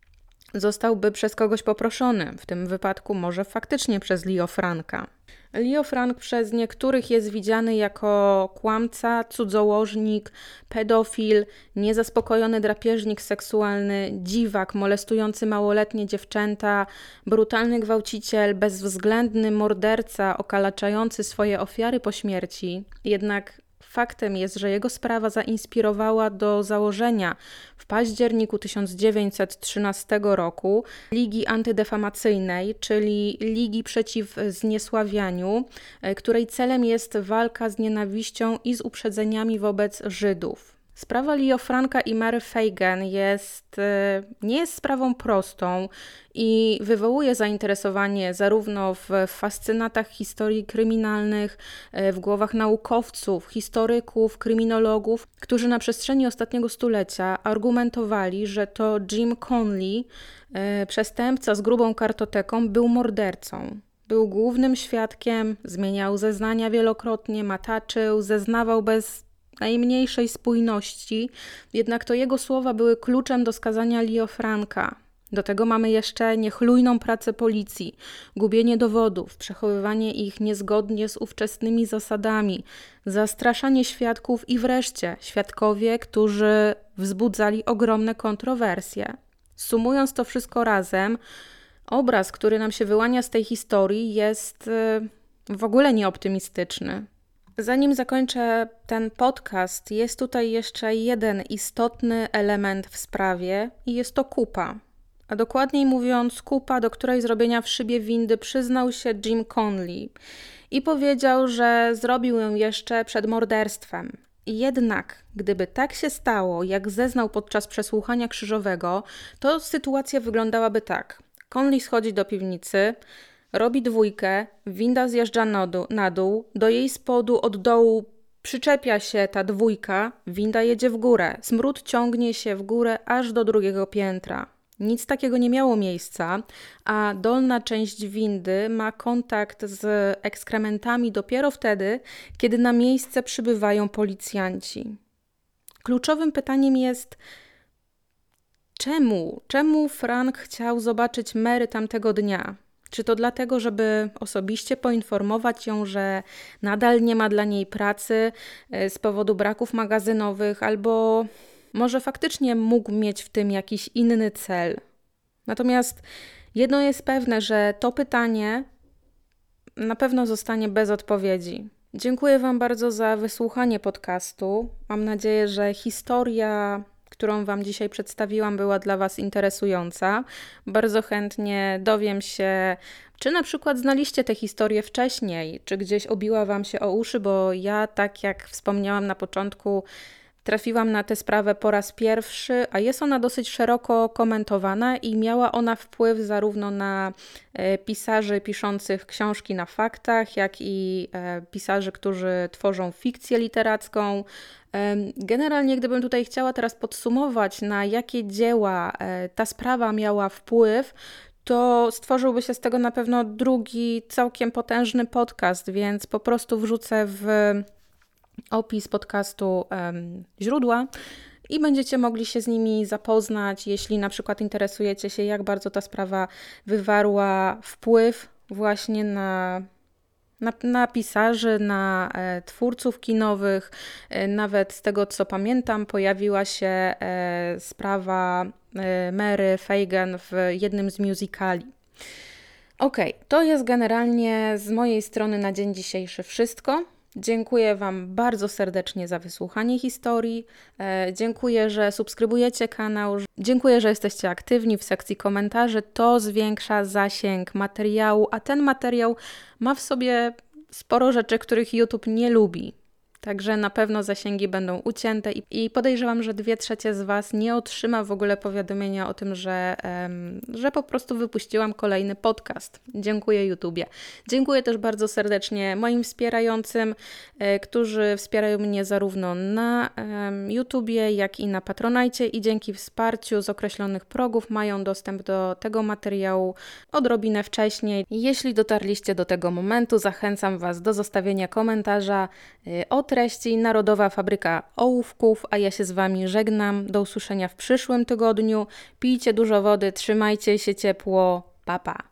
zostałby przez kogoś poproszony, w tym wypadku może faktycznie przez Leo Franka. Leo Frank przez niektórych jest widziany jako kłamca, cudzołożnik, pedofil, niezaspokojony drapieżnik seksualny, dziwak molestujący małoletnie dziewczęta, brutalny gwałciciel, bezwzględny morderca okalaczający swoje ofiary po śmierci. Jednak faktem jest, że jego sprawa zainspirowała do założenia w październiku 1913 roku Ligi Antydefamacyjnej, czyli Ligi Przeciw Zniesławianiu, której celem jest walka z nienawiścią i z uprzedzeniami wobec Żydów. Sprawa Leo Franka i Mary Fagan nie jest sprawą prostą i wywołuje zainteresowanie zarówno w fascynatach historii kryminalnych, w głowach naukowców, historyków, kryminologów, którzy na przestrzeni ostatniego stulecia argumentowali, że to Jim Conley, przestępca z grubą kartoteką, był mordercą. Był głównym świadkiem, zmieniał zeznania wielokrotnie, mataczył, zeznawał bez najmniejszej spójności, jednak to jego słowa były kluczem do skazania Leo Franka. Do tego mamy jeszcze niechlujną pracę policji, gubienie dowodów, przechowywanie ich niezgodnie z ówczesnymi zasadami, zastraszanie świadków i wreszcie świadkowie, którzy wzbudzali ogromne kontrowersje. Sumując to wszystko razem, obraz, który nam się wyłania z tej historii, jest w ogóle nieoptymistyczny. Zanim zakończę ten podcast, jest tutaj jeszcze jeden istotny element w sprawie i jest to kupa. A dokładniej mówiąc, kupa, do której zrobienia w szybie windy przyznał się Jim Conley i powiedział, że zrobił ją jeszcze przed morderstwem. Jednak, gdyby tak się stało, jak zeznał podczas przesłuchania krzyżowego, to sytuacja wyglądałaby tak. Conley schodzi do piwnicy, robi dwójkę, winda zjeżdża na dół, do jej spodu od dołu przyczepia się ta dwójka, winda jedzie w górę, smród ciągnie się w górę aż do drugiego piętra. Nic takiego nie miało miejsca, a dolna część windy ma kontakt z ekskrementami dopiero wtedy, kiedy na miejsce przybywają policjanci. Kluczowym pytaniem jest, czemu Frank chciał zobaczyć Mary tamtego dnia? Czy to dlatego, żeby osobiście poinformować ją, że nadal nie ma dla niej pracy z powodu braków magazynowych, albo może faktycznie mógł mieć w tym jakiś inny cel? Natomiast jedno jest pewne, że to pytanie na pewno zostanie bez odpowiedzi. Dziękuję Wam bardzo za wysłuchanie podcastu. Mam nadzieję, że historia, którą Wam dzisiaj przedstawiłam, była dla Was interesująca. Bardzo chętnie dowiem się, czy na przykład znaliście tę historię wcześniej, czy gdzieś obiła Wam się o uszy, bo ja, tak jak wspomniałam na początku, trafiłam na tę sprawę po raz pierwszy, a jest ona dosyć szeroko komentowana i miała ona wpływ zarówno na pisarzy piszących książki na faktach, jak i pisarzy, którzy tworzą fikcję literacką. Generalnie, gdybym tutaj chciała teraz podsumować, na jakie dzieła ta sprawa miała wpływ, to stworzyłby się z tego na pewno drugi, całkiem potężny podcast, więc po prostu wrzucę w opis podcastu źródła i będziecie mogli się z nimi zapoznać, jeśli na przykład interesujecie się, jak bardzo ta sprawa wywarła wpływ właśnie na pisarzy, na twórców kinowych. Nawet z tego, co pamiętam, pojawiła się sprawa Mary Fagan w jednym z musicali. To jest generalnie z mojej strony na dzień dzisiejszy wszystko. Dziękuję Wam bardzo serdecznie za wysłuchanie historii. Dziękuję, że subskrybujecie kanał. Dziękuję, że jesteście aktywni w sekcji komentarzy. To zwiększa zasięg materiału, a ten materiał ma w sobie sporo rzeczy, których YouTube nie lubi. Także na pewno zasięgi będą ucięte i podejrzewam, że 2/3 z Was nie otrzyma w ogóle powiadomienia o tym, że po prostu wypuściłam kolejny podcast. Dziękuję YouTubie. Dziękuję też bardzo serdecznie moim wspierającym, którzy wspierają mnie zarówno na YouTubie, jak i na Patronite i dzięki wsparciu z określonych progów mają dostęp do tego materiału odrobinę wcześniej. Jeśli dotarliście do tego momentu, zachęcam Was do zostawienia komentarza o treści Narodowa Fabryka Ołówków, a ja się z Wami żegnam. Do usłyszenia w przyszłym tygodniu. Pijcie dużo wody, trzymajcie się ciepło. Pa, pa.